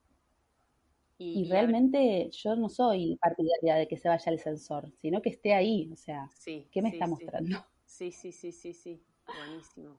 y, y y a ver, realmente yo no soy partidaria de que se vaya el sensor, sino que esté ahí, o sea, sí, ¿qué me sí, está sí, mostrando? sí, sí, sí, sí, sí, buenísimo.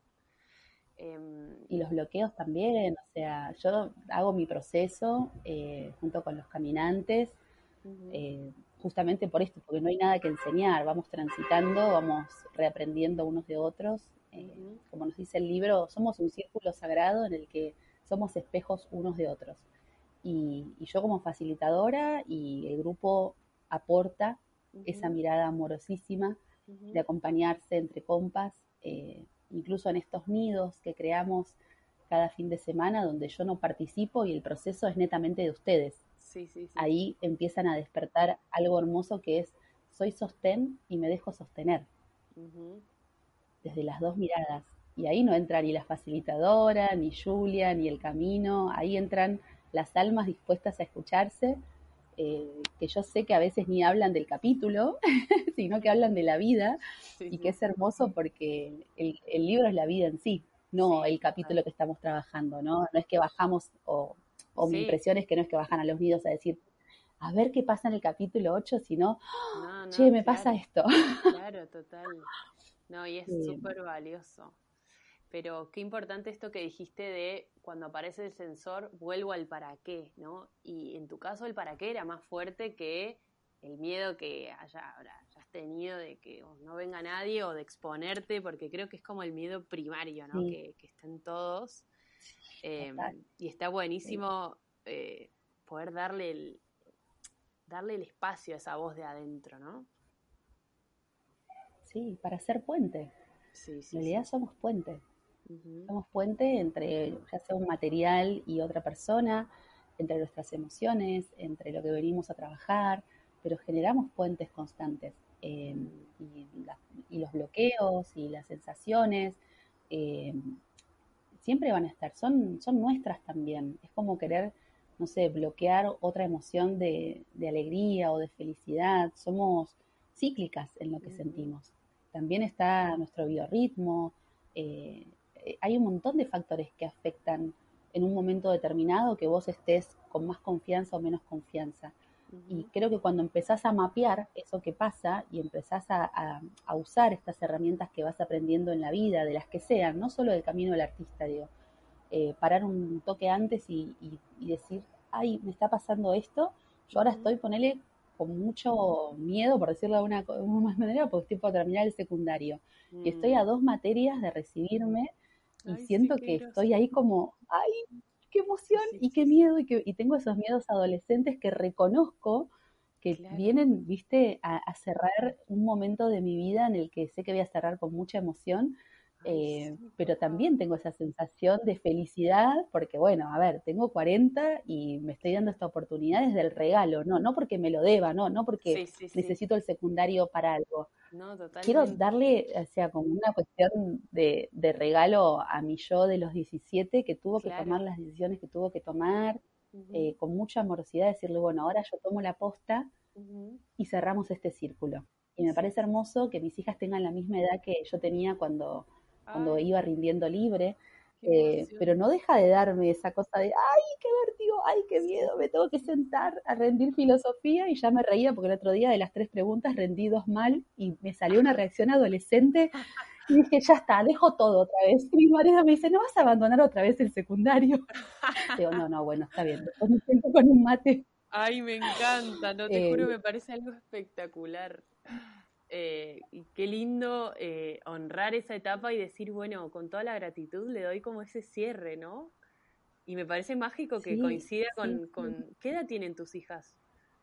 Em, Y los bloqueos también, o sea, yo hago mi proceso eh, junto con los caminantes, ujú, eh, justamente por esto, porque no hay nada que enseñar, vamos transitando, vamos reaprendiendo unos de otros. Eh, ujú, como nos dice el libro, somos un círculo sagrado en el que somos espejos unos de otros. Y, y yo como facilitadora y el grupo aporta esa ujú, mirada amorosísima de ujú. acompañarse entre compas, eh, incluso en estos nidos que creamos cada fin de semana, donde yo no participo y el proceso es netamente de ustedes. Sí, sí, sí. Ahí empiezan a despertar algo hermoso que es, soy sostén y me dejo sostener, Ujú. desde las dos miradas. Y ahí no entra ni la facilitadora, ni Julia, ni el camino, ahí entran las almas dispuestas a escucharse, eh, que yo sé que a veces ni hablan del capítulo, sino que hablan de la vida, Sí, y que sí, es sí. hermoso porque el, el libro es la vida en sí, no Sí, el total. capítulo que estamos trabajando, ¿no? No es que bajamos, o, o mi Sí, impresión es que no es que bajan a los nidos a decir, a ver qué pasa en el capítulo ocho, sino, no, che, no, me pasa claro, esto. claro, total. No, y es Eh, súper valioso. Pero qué importante esto que dijiste de cuando aparece el sensor, vuelvo al para qué, ¿no? Y en tu caso el para qué era más fuerte que el miedo que haya, ahora hayas tenido de que o no venga nadie o de exponerte, porque creo que es como el miedo primario, ¿no? sí, Que, que está en todos. Eh, total. y está Sí, buenísimo eh, poder darle el, darle el espacio a esa voz de adentro, ¿no? sí, para ser puente. Sí, En sí, realidad sí. somos puente. Ujú, Somos puente entre ya sea un material y otra persona, entre nuestras emociones, entre lo que venimos a trabajar, pero generamos puentes constantes. Eh, mm, y, la- y los bloqueos y las sensaciones eh, siempre van a estar, son, son nuestras también. Es como querer, no sé, bloquear otra emoción de, de alegría o de felicidad. Somos cíclicas en lo que ujú, sentimos. También está nuestro biorritmo. eh, eh, Hay un montón de factores que afectan en un momento determinado que vos estés con más confianza o menos confianza. Y ujú, creo que cuando empezás a mapear eso que pasa y empezás a, a, a usar estas herramientas que vas aprendiendo en la vida, de las que sean, no solo del camino del artista, digo, eh, parar un toque antes y, y, y decir, ay, me está pasando esto, yo ahora ujú, estoy, ponele, con mucho miedo, por decirlo de una, de una manera, porque estoy por terminar el secundario. Y estoy a mm. dos materias de recibirme y Ay, sí, siento qué que groso. estoy ahí como, ay, qué Sí, emoción sí, y sí, qué sí. miedo, y, que, y tengo esos miedos adolescentes que reconozco que Claro. vienen, viste, a, a cerrar un momento de mi vida en el que sé que voy a cerrar con mucha emoción, Ay, eh, sí, pero total. también tengo esa sensación de felicidad porque, bueno, a ver, tengo cuarenta y me estoy dando Claro. esta oportunidad desde el regalo, no, no porque me lo deba, no, no porque Sí, sí, sí. necesito el secundario para algo. No, Quiero totalmente. darle, o sea, como una cuestión de, de regalo a mi yo de los diecisiete que tuvo que tomar Claro. las decisiones que tuvo que tomar, Ujú, eh, con mucha amorosidad, decirle, bueno, ahora yo tomo la posta ujú. y cerramos este círculo. Y me Sí, parece sí, sí. hermoso que mis hijas tengan la misma edad que yo tenía cuando, cuando Ay, iba rindiendo libre, qué eh, pero emoción. no deja de darme esa cosa de, ay, qué vértigo, ay, qué Sí, miedo, me tengo que sí, sí, sentar a sí. rendir filosofía y ya me reía porque el otro día de las tres preguntas rendí dos mal y me salió una reacción adolescente y dije, ya está, dejo todo otra vez. Y mi marido me dice, ¿no vas a abandonar otra vez el secundario? Digo, no, no, bueno, está bien, después me siento con un mate. Ay, me encanta, no te Eh, juro, me parece algo espectacular. Eh, y qué lindo eh, honrar esa etapa y decir, bueno, con toda la gratitud le doy como ese cierre, ¿no? Y me parece mágico que sí, coincida sí, con, sí. con... ¿Qué edad tienen tus hijas?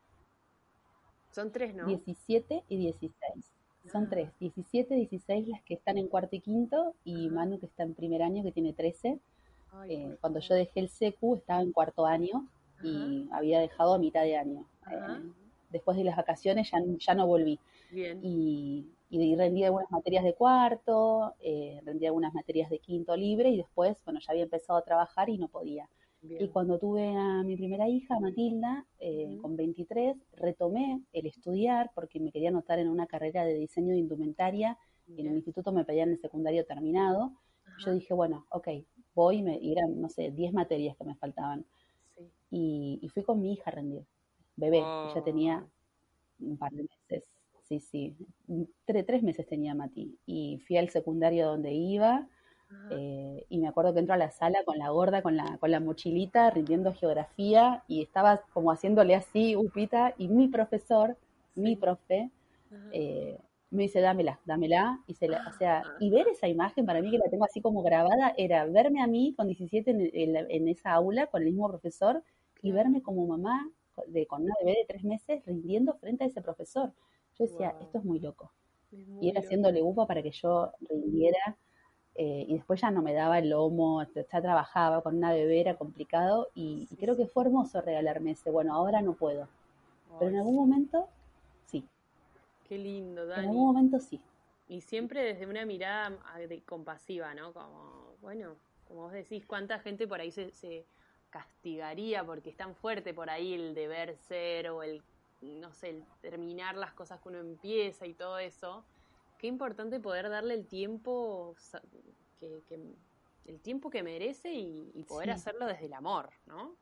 Son tres, ¿no? diecisiete y dieciséis. Son Ah, tres, diecisiete, dieciséis las que están en cuarto y quinto y ajá. Manu que está en primer año que tiene trece. Ay, por Eh, cuando yo favor. dejé el secu estaba en cuarto año Ajá, y había dejado a mitad de año. ajá. Eh, después de las vacaciones ya, ya no volví Bien, y, y rendí algunas materias de cuarto, eh, rendí algunas materias de quinto libre y después, bueno, ya había empezado a trabajar y no podía. Y bien. cuando tuve a mi primera hija, Matilda, eh, Ujú, con veintitrés, retomé el estudiar porque me quería anotar en una carrera de diseño de indumentaria. En el mira, instituto me pedían el secundario terminado. Yo ajá, dije, bueno, ok, voy, me, y eran, no sé, diez materias que me faltaban. sí. Y, y fui con mi hija a rendir, bebé, ella tenía Oh, un par de meses, sí, sí, tres, tres meses tenía Mati. Y fui al secundario donde iba, ajá, eh, y me acuerdo que entro a la sala con la gorda, con la, con la mochilita, rindiendo geografía, y estaba como haciéndole así, upita, y mi profesor, mi sí, profe, ajá. eh, me dice, dámela, dámela, y se la, o sea, y ver Ajá, esa imagen para mí que la tengo así como grabada, era verme a mí con diecisiete en, en, en esa aula, con el mismo profesor, y verme claro. como mamá de, con una bebé de tres meses rindiendo frente a ese profesor. Yo decía, esto Wow, es muy loco. es Y muy era loco. haciéndole upa para que yo rindiera, eh, y después ya no me daba el lomo, ya trabajaba con una bebé, era complicado, y, y Sí, creo que sí. fue hermoso regalarme ese, bueno, ahora no puedo, pero Ay, en algún sí. momento sí, Qué lindo, en algún Dani. momento sí. Y siempre desde una mirada ah, de- compasiva, ¿no? Como, bueno, como vos decís, cuánta gente por ahí se, se castigaría porque es tan fuerte por ahí el deber ser o el, no sé, el terminar las cosas que uno empieza y todo eso. Qué importante poder darle el tiempo sa- que, que- el tiempo que merece y, y poder Sí, hacerlo desde el amor, ¿no?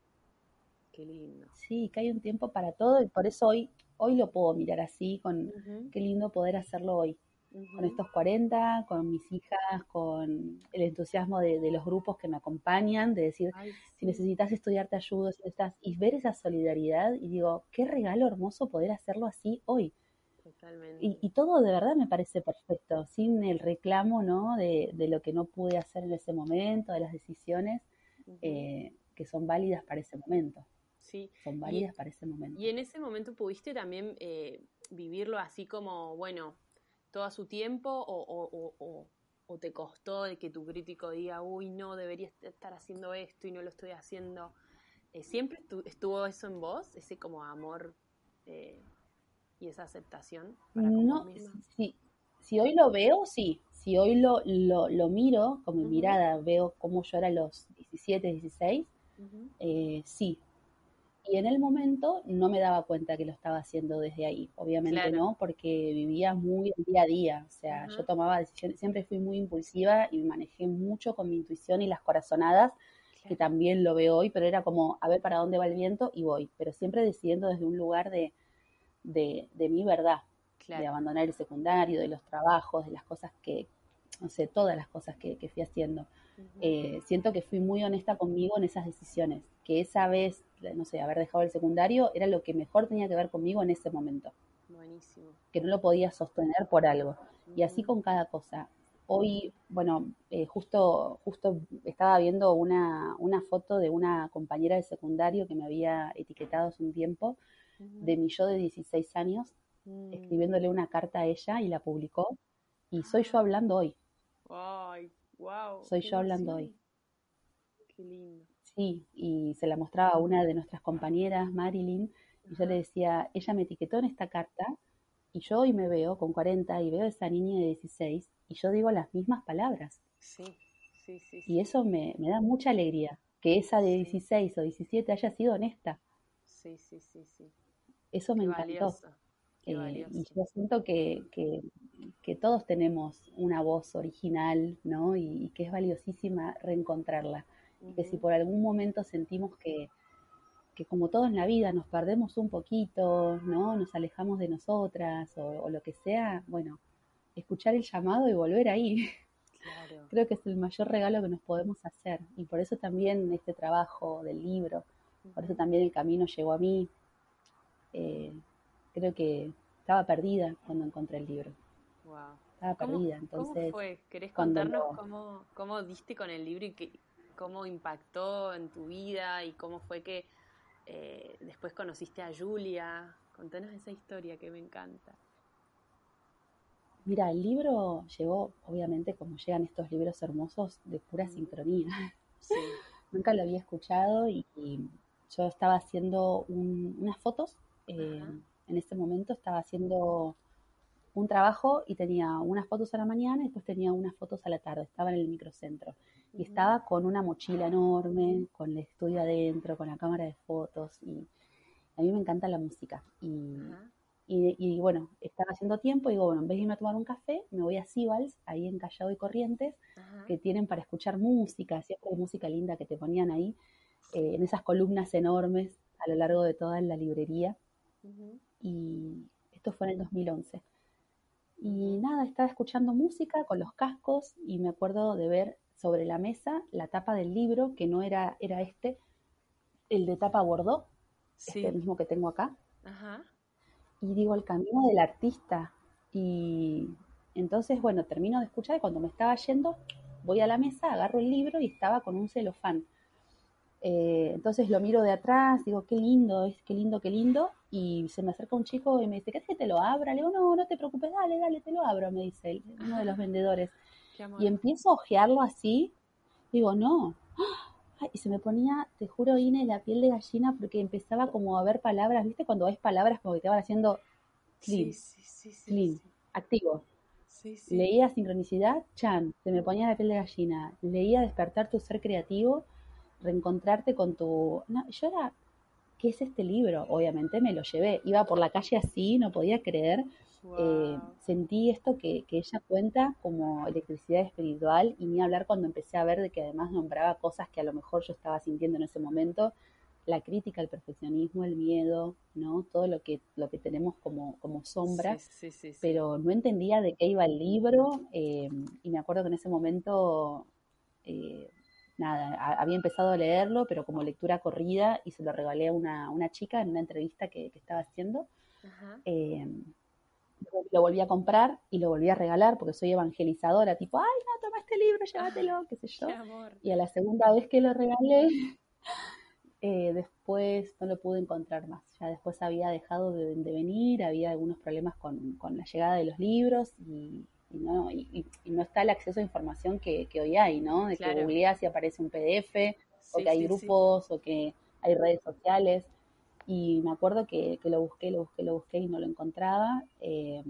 Qué lindo. sí, que hay un tiempo para todo y por eso hoy, hoy lo puedo mirar así, con Ujú, qué lindo poder hacerlo hoy, con ujú. estos cuarenta, con mis hijas, con el entusiasmo de, de los grupos que me acompañan, de decir, Ay, si sí, necesitas estudiar te ayudo, si necesitas, y ver esa solidaridad y digo, qué regalo hermoso poder hacerlo así hoy. Y, totalmente. y todo de verdad me parece perfecto, sin el reclamo, ¿no? De, de lo que no pude hacer en ese momento, de las decisiones Ujú, eh, que son válidas para ese momento, sí. son Y, válidas para ese y momento. en ese momento pudiste también eh, vivirlo así como, bueno, todo a su tiempo o, o, o, o- o te costó el que tu crítico diga, uy, no, debería est- estar haciendo esto y no lo estoy haciendo. Eh, ¿siempre estu- estuvo eso en vos, ese como amor eh, y esa aceptación para con vos No, misma? si, si hoy lo veo, sí. Si hoy lo, lo, lo miro con mi Ujú, mirada, veo cómo yo era a los diecisiete, dieciséis, ujú, eh, sí. Y en el momento no me daba cuenta que lo estaba haciendo desde ahí. Obviamente claro. no, porque vivía muy el día a día. O sea, yo Ajá, tomaba decisiones, siempre fui muy impulsiva y me manejé mucho con mi intuición y las corazonadas, que claro, también lo veo hoy, pero era como a ver para dónde va el viento y voy. Pero siempre decidiendo desde un lugar de, de, de mi verdad, de claro. abandonar el secundario, de los trabajos, de las cosas que, no sé, todas las cosas que, que fui haciendo. Ujú, Eh, siento que fui muy honesta conmigo en esas decisiones, que esa vez, no sé, haber dejado el secundario era lo que mejor tenía que ver conmigo en ese momento, buenísimo. que no lo podía sostener por algo. Y así Ujú, con cada cosa. Hoy, bueno, eh, justo, justo estaba viendo una, una foto de una compañera de secundario que me había etiquetado hace un tiempo, ujú, de mi yo de dieciséis años, mm. escribiéndole una carta a ella y la publicó. Y soy yo Ah, hablando hoy. Wow, Soy qué yo hablando hoy. emoción. Qué lindo. Sí, y se la mostraba a una de nuestras compañeras, Marilyn, y yo le Ajá. decía, ella me etiquetó en esta carta, y yo hoy me veo con cuarenta y veo a esa niña de dieciséis, y yo digo las mismas palabras. Sí, sí, sí, Y sí. eso me, me da mucha alegría, que esa de Sí, dieciséis o diecisiete haya sido honesta. sí, sí, sí, sí. Eso me Qué encantó. valioso, qué Eh, y valioso. yo siento que, que, que todos tenemos una voz original, ¿no? Y, y que es valiosísima reencontrarla. Y que si Ujú, por algún momento sentimos que, que como todo en la vida nos perdemos un poquito, ¿no? Nos alejamos de nosotras o, o lo que sea, bueno, escuchar el llamado y volver ahí. claro. Creo que es el mayor regalo que nos podemos hacer. Y por eso también este trabajo del libro, por eso Ujú. también el camino llegó a mí. Eh, Creo que estaba perdida cuando encontré el libro. Wow. Estaba ¿Cómo, perdida. cómo Entonces, fue? ¿Querés cuando contarnos lo... cómo, cómo diste con el libro y qué, cómo impactó en tu vida y cómo fue que eh, después conociste a Julia? Contanos esa historia que me encanta. Mira, el libro llegó, obviamente, como llegan estos libros hermosos, de pura Ujú. sincronía. Sí. Nunca lo había escuchado y, y yo estaba haciendo un- unas fotos. eh, Ajá. en ese momento estaba haciendo un trabajo y tenía unas fotos a la mañana y después tenía unas fotos a la tarde. Estaba en el microcentro y Ujú. estaba con una mochila enorme, con el estudio adentro, con la cámara de fotos y a mí me encanta la música. Y, Ajá. y, y bueno, estaba haciendo tiempo y digo, bueno, en vez de irme a tomar un café, me voy a Sibals, ahí en Callao y Corrientes, Ajá. que tienen para escuchar música, siempre hay música linda que te ponían ahí, eh, en Sí. esas columnas enormes a lo largo de toda la librería. Ujú, Y esto fue en el dos mil once. Y ujú. nada, estaba escuchando música con los cascos y me acuerdo de ver sobre la mesa la tapa del libro, que no era, era este, el de tapa bordó, este Sí. mismo que tengo acá. Ajá. Y digo, el camino del artista. Y entonces, bueno, termino de escuchar y cuando me estaba yendo, voy a la mesa, agarro el libro y estaba con un celofán. Eh, entonces lo miro de atrás, digo, qué lindo, es, qué lindo, qué lindo. Y se me acerca un chico y me dice, ¿querés que te lo abra? Le digo, no, no te preocupes, dale, dale, te lo abro, me dice él, uno de los vendedores. Qué Y amor. empiezo a ojearlo así, digo, no. Ay, y se me ponía, te juro, Ine, la piel de gallina porque empezaba como a ver palabras, ¿viste? Cuando ves palabras como que te van haciendo Sí, clean, sí, sí, sí, clean, sí. activo. Sí, sí. Leía sincronicidad, chan, se me ponía la piel de gallina. Leía despertar tu ser creativo, reencontrarte con tu... No, yo era, ¿qué es este libro? Obviamente me lo llevé. Iba por la calle así, no podía creer. Eh, Wow. sentí esto que, que ella cuenta como electricidad espiritual y ni hablar cuando empecé a ver de que además nombraba cosas que a lo mejor yo estaba sintiendo en ese momento, la crítica, el perfeccionismo, el miedo, ¿no? Todo lo que, lo que tenemos como, como Sí, sombra, sí, sí, sí. pero no entendía de qué iba el libro eh, y me acuerdo que en ese momento, eh, nada, a, había empezado a leerlo, pero como lectura corrida y se lo regalé a una, una chica en una entrevista que, que estaba haciendo. Ajá. Eh, lo volví a comprar y lo volví a regalar porque soy evangelizadora, tipo, ay, no, toma este libro, Ay, llévatelo, qué sé qué yo. amor. Y a la segunda vez que lo regalé, eh, después no lo pude encontrar más. Ya después había dejado de, de venir, había algunos problemas con, con, la llegada de los libros y, y no, y, y, no está el acceso a información que, que hoy hay, ¿no? De que Claro. googleas y aparece un P D F, o Sí, que hay sí, sí. grupos, o que hay redes sociales. Y me acuerdo que, que lo busqué, lo busqué, lo busqué y no lo encontraba. Eh,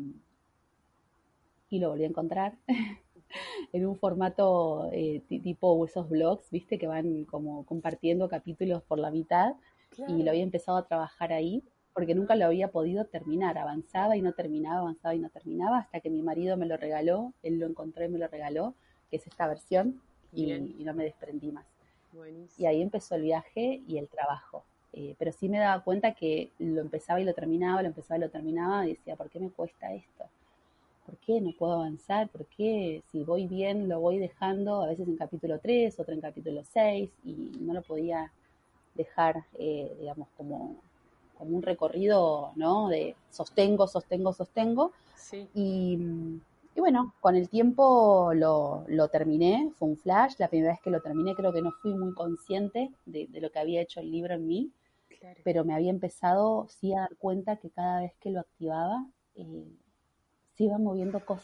y lo volví a encontrar en un formato eh, tipo esos blogs, viste, que van como compartiendo capítulos por la mitad y lo Claro. había empezado a trabajar ahí porque nunca Ajá. lo había podido terminar, avanzaba y no terminaba, avanzaba y no terminaba hasta que mi marido me lo regaló, él lo encontró y me lo regaló, que es esta versión y, Bien. y no me desprendí más. Y ahí Buenísimo. empezó el viaje y el trabajo. Eh, pero sí me daba cuenta que lo empezaba y lo terminaba, lo empezaba y lo terminaba y decía, ¿por qué me cuesta esto? ¿Por qué no puedo avanzar? ¿Por qué si voy bien lo voy dejando? A veces en capítulo tres, otro en capítulo seis, y no lo podía dejar, eh, digamos, como, como un recorrido, ¿no? De sostengo, sostengo, sostengo. Sí. Y, y bueno, con el tiempo lo, lo, terminé, fue un flash. La primera vez que lo terminé creo que no fui muy consciente de, de lo que había hecho el libro en mí, Claro. pero me había empezado sí a dar cuenta que cada vez que lo activaba, eh, se iban moviendo cosas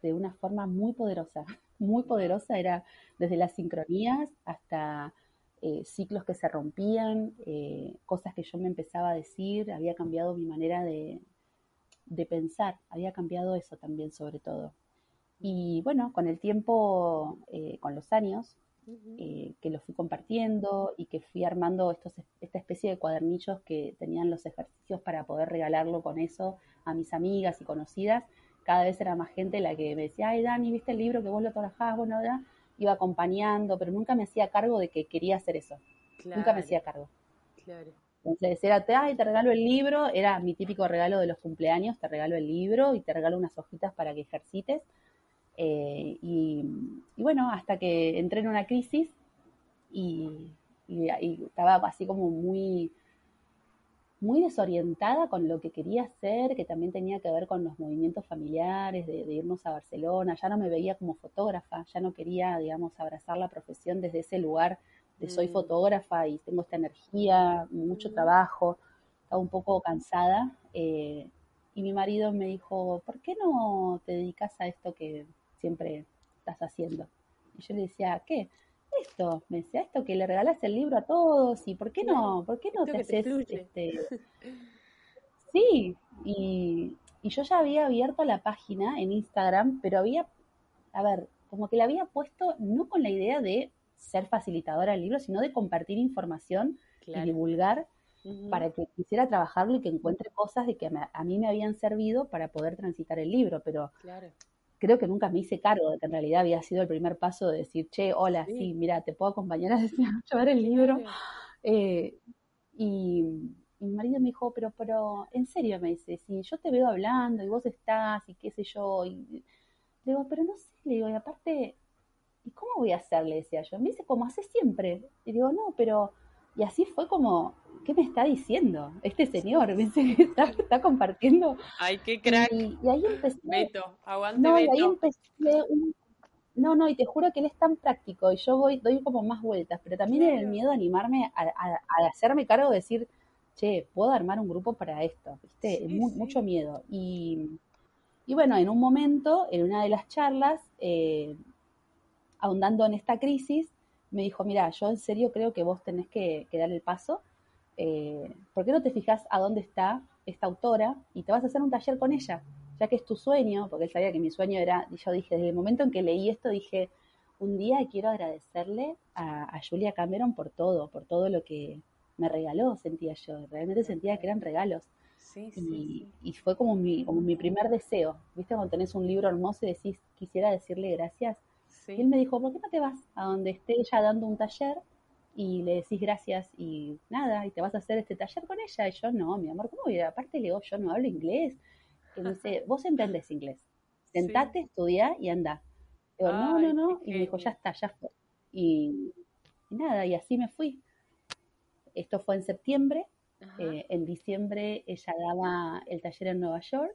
de una forma muy poderosa, muy poderosa, era desde las sincronías hasta eh, ciclos que se rompían, eh, cosas que yo me empezaba a decir, había cambiado mi manera de, de pensar, había cambiado eso también sobre todo. Y bueno, con el tiempo, eh, con los años, Ujú. eh, que lo fui compartiendo y que fui armando estos, esta especie de cuadernillos que tenían los ejercicios para poder regalarlo con eso a mis amigas y conocidas, cada vez era más gente la que me decía, ay Dani, ¿viste el libro que vos lo trabajabas? Bueno, ya iba acompañando, pero nunca me hacía cargo de que quería hacer eso, nunca me Claro, hacía cargo. claro. Entonces era, ay, te regalo el libro, era mi típico regalo de los cumpleaños, te regalo el libro y te regalo unas hojitas para que ejercites. Eh, y, y, bueno, hasta que entré en una crisis y, y, y estaba así como muy, muy desorientada con lo que quería hacer, que también tenía que ver con los movimientos familiares, de, de irnos a Barcelona, ya no me veía como fotógrafa, ya no quería, digamos, abrazar la profesión desde ese lugar de soy Mm, fotógrafa y tengo esta energía, mucho ujú. trabajo, estaba un poco cansada. Eh, y mi marido me dijo, ¿por qué no te dedicas a esto que siempre estás haciendo? Y yo le decía, ¿qué? Esto, me decía, esto que le regalas el libro a todos, y ¿por qué Claro, no, por qué no esto te que te haces fluye. este, sí, y, y yo ya había abierto la página en Instagram, pero había, a ver, como que la había puesto no con la idea de ser facilitadora del libro, sino de compartir información y Claro. divulgar Ujú. para que quisiera trabajarlo y que encuentre cosas de que me- a mí me habían servido para poder transitar el libro, pero Claro. creo que nunca me hice cargo de que en realidad había sido el primer paso de decir, che, hola, Sí, sí, mira, te puedo acompañar a llevar el libro. claro. Eh, y, y mi marido me dijo, pero, pero, en serio, me dice, si yo te veo hablando y vos estás y qué sé yo, y le digo, pero no sé, le digo, y aparte, ¿y cómo voy a hacer? Le decía yo. Me dice, como hace siempre. Y digo, no, pero, y así fue como, ¿qué me está diciendo este Sí, señor? Me dice que sí, está, sí. está compartiendo. Ay, qué crack. Y, y ahí empecé, Beto, aguante no, y ahí Beto. empecé un, no, no, y te juro que él es tan práctico y yo voy, doy como más vueltas, pero también era el Claro. miedo a animarme a, a- a hacerme cargo de decir, che, puedo armar un grupo para esto, ¿viste? Sí, Mu- mucho sí. miedo. Y, y bueno, en un momento, en una de las charlas, eh, ahondando en esta crisis, me dijo, mira, yo en serio creo que vos tenés que, que dar el paso. Eh, ¿Por qué no te fijas a dónde está esta autora y te vas a hacer un taller con ella? Ya que es tu sueño, porque él sabía que mi sueño era, y yo dije, desde el momento en que leí esto, dije, un día quiero agradecerle a, a Julia Cameron por todo, por todo lo que me regaló, sentía yo, realmente sentía que Total. eran regalos. Sí, sí, Y, sí. y fue como mi, como mi primer deseo, ¿viste? Cuando tenés un libro hermoso y decís, quisiera decirle gracias, y él Sí. me dijo, ¿por qué no te vas a donde esté ella dando un taller y le decís gracias y nada, y te vas a hacer este taller con ella? Y yo, no, mi amor, ¿cómo voy a ir? Aparte le digo, yo no hablo inglés. Y me dice, vos entendés inglés. Sí. Sentate, estudiá y anda. Digo, no, no, Ay, qué no. Y me dijo, ya genio. está, ya fue. Y, y nada, y así me fui. Esto fue en septiembre. Ajá. Eh, en diciembre ella daba el taller en Nueva York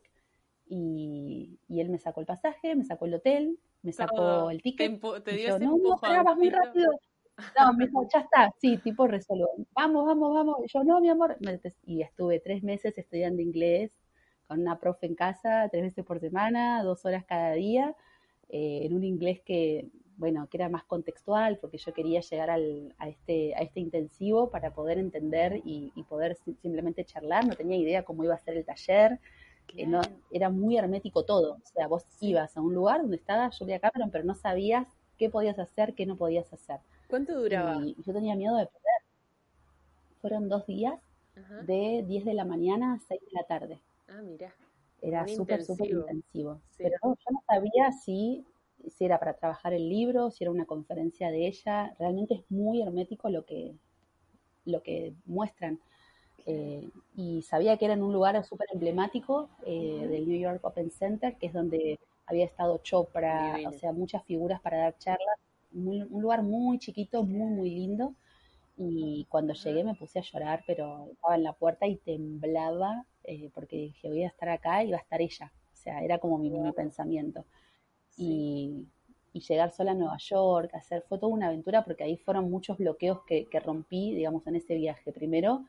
y, y él me sacó el pasaje, me sacó el hotel, me sacó Todo. el Te, ticket. empu- te Y dio yo, ese no, no, pará, vas muy empujoncito. rápido. No, me dijo, ya está, sí, tipo resolvió. Vamos, vamos, vamos. Y yo, no, mi amor. Y estuve tres meses estudiando inglés con una profe en casa, tres veces por semana, dos horas cada día, eh, en un inglés que, bueno, que era más contextual, porque yo quería llegar al, a, este, a este intensivo para poder entender y, y poder simplemente charlar. No tenía idea cómo iba a ser el taller. Eh, no, Claro. era muy hermético todo. O sea, vos Sí. ibas a un lugar donde estaba Julia Cameron, pero no sabías qué podías hacer, qué no podías hacer. ¿Cuánto duraba? Y yo tenía miedo de perder. Fueron dos días Ajá. de diez de la mañana a seis de la tarde. Ah, mira. Como Era un súper, súper intensivo. intensivo. Sí. Pero no, yo no sabía si, si era para trabajar el libro, si era una conferencia de ella. Realmente es muy hermético lo que, lo que muestran. Claro. Eh, y sabía que era en un lugar súper emblemático eh, Ujú. del New York Open Center, que es donde había estado Chopra, o Divino. sea, muchas figuras para dar charlas. Muy- un lugar muy chiquito, muy, Claro. muy lindo. Y cuando Ajá. llegué me puse a llorar, pero estaba en la puerta y temblaba eh, porque dije, voy a estar acá y va a estar ella. O sea, era como mi, mi Wow. pensamiento. Sí. Y, y llegar sola a Nueva York, hacer, fue toda una aventura porque ahí fueron muchos bloqueos que, que rompí, digamos, en ese viaje. Primero,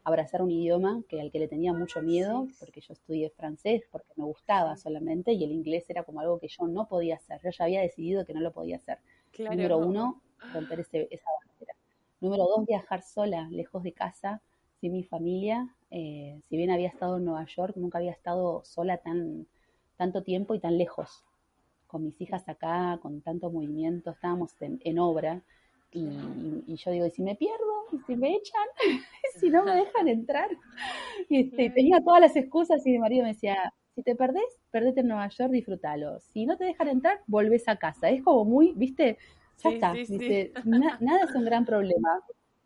abrazar un idioma que al que le tenía mucho miedo, Sí, porque yo estudié francés, porque me gustaba sí, solamente, y el inglés era como algo que yo no podía hacer. Yo ya había decidido que no lo podía hacer. Número claro. uno, romper ese, esa barrera. Número dos, viajar sola, lejos de casa, sin mi familia. Eh, si bien había estado en Nueva York, nunca había estado sola tan, tanto tiempo y tan lejos. Con mis hijas acá, con tanto movimiento, estábamos en, en obra. Y, Claro. y yo digo, ¿y si me pierdo? ¿Y si me echan? ¿Y si no me dejan entrar? Y este, Claro. tenía todas las excusas y mi marido me decía, si te perdés, perdete en Nueva York, disfrútalo. Si no te dejan entrar, volvés a casa. Es como muy, viste, ya Sí, está. sí, sí. Dice, "Na- nada es un gran problema".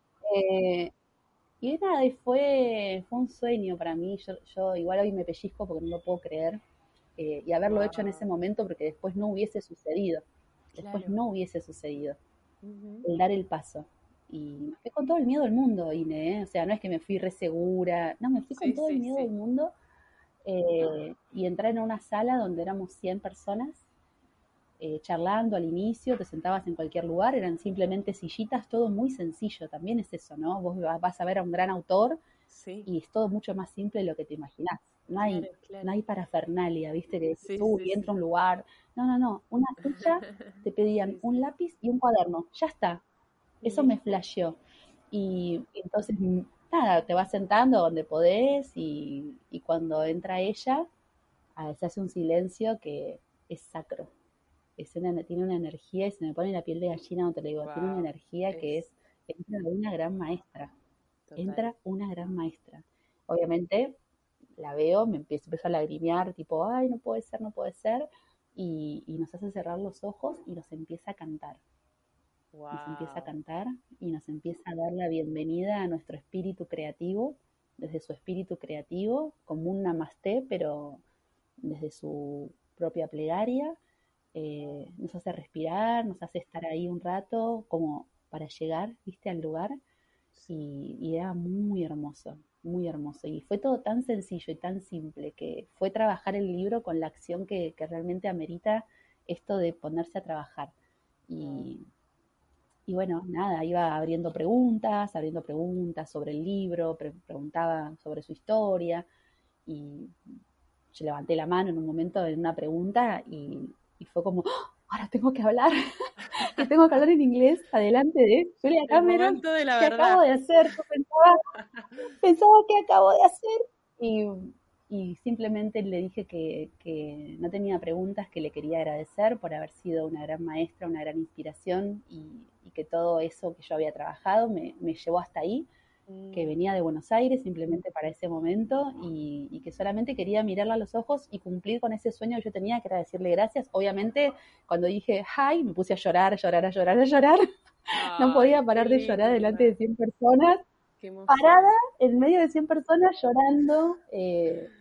Eh, y nada, y fue, fue un sueño para mí. Yo, yo igual hoy me pellizco porque no lo puedo creer. Eh, y haberlo hecho en ese Wow, momento porque después no hubiese sucedido. Después claro. no hubiese sucedido Ujú. el dar el paso. Y me fui con todo el miedo del mundo, Ine, ¿eh? O sea, no es que me fui re segura, no, me fui con Sí, todo el sí, miedo del sí. mundo, eh, y entrar en una sala donde éramos cien personas, eh, charlando al inicio, te sentabas en cualquier lugar, eran simplemente sillitas, todo muy sencillo, también es eso, ¿no? Vos vas a ver a un gran autor Sí, y es todo mucho más simple de lo que te imaginás. No hay, claro, no claro. hay parafernalia, ¿viste? Que decís, Sí, uy, sí, entra a sí. un lugar. No, no, no. Una silla, te pedían Sí, un sí. lápiz y un cuaderno. Ya está. Eso me Listo. flasheó. Y, y entonces, mm, nada, te vas sentando donde podés y, y cuando entra ella, ah, se hace un silencio que es sacro. Es una, tiene una energía y se me pone la piel de gallina cuando te lo digo. Tiene una Wow. energía que Es es, entra una gran maestra. total. Entra una gran maestra. Obviamente la veo, me empiezo, empiezo a lagrimear, tipo, ay, no puede ser, no puede ser. Y, y nos hace cerrar los ojos y nos empieza a cantar. Nos empieza a Wow. cantar y nos empieza a dar la bienvenida a nuestro espíritu creativo, desde su espíritu creativo, como un namasté, pero desde su propia plegaria. Eh, nos hace respirar, nos hace estar ahí un rato, como para llegar, viste, al lugar. Sí. Y, y era muy hermoso, muy hermoso. Y fue todo tan sencillo y tan simple que fue trabajar el libro con la acción que, que realmente amerita esto de ponerse a trabajar. Wow. Y, y bueno, nada, iba abriendo preguntas, abriendo preguntas sobre el libro, pre preguntaba sobre su historia y yo levanté la mano en un momento en una pregunta y, y fue como, ¡oh! Ahora tengo que hablar, y tengo que hablar en inglés adelante de Julia El Cameron, momento de la que acabo verdad. de hacer, yo pensaba, pensaba que acabo de hacer. Y, y simplemente le dije que, que, no tenía preguntas, que le quería agradecer por haber sido una gran maestra, una gran inspiración y, y que todo eso que yo había trabajado me, me llevó hasta ahí, que Mm, venía de Buenos Aires simplemente para ese momento y, y, que solamente quería mirarla a los ojos y cumplir con ese sueño que yo tenía, que era decirle gracias. Obviamente, cuando dije hi, me puse a llorar, a llorar, a llorar, a llorar. No podía Ay, qué parar de llorar delante de linda. cien personas, Qué parada emoción. en medio de cien personas llorando, eh,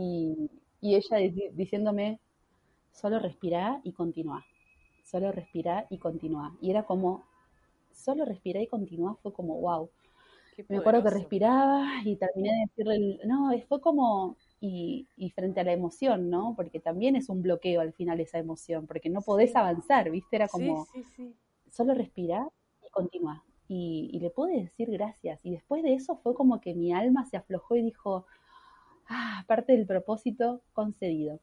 y, y, ella diciéndome, solo respirá y continúa, solo respirá y continúa. Y era como, solo respirá y continúa, fue como, wow. Qué Me acuerdo que poderoso. respiraba y terminé de decirle, el, no, fue como, y, y frente a la emoción, ¿no? Porque también es un bloqueo al final esa emoción, porque no podés Sí, avanzar, ¿viste? Era sí, como, sí, sí. solo respira y continúa. Y, y le pude decir gracias. Y después de eso fue como que mi alma se aflojó y dijo, ah, parte del propósito concedido.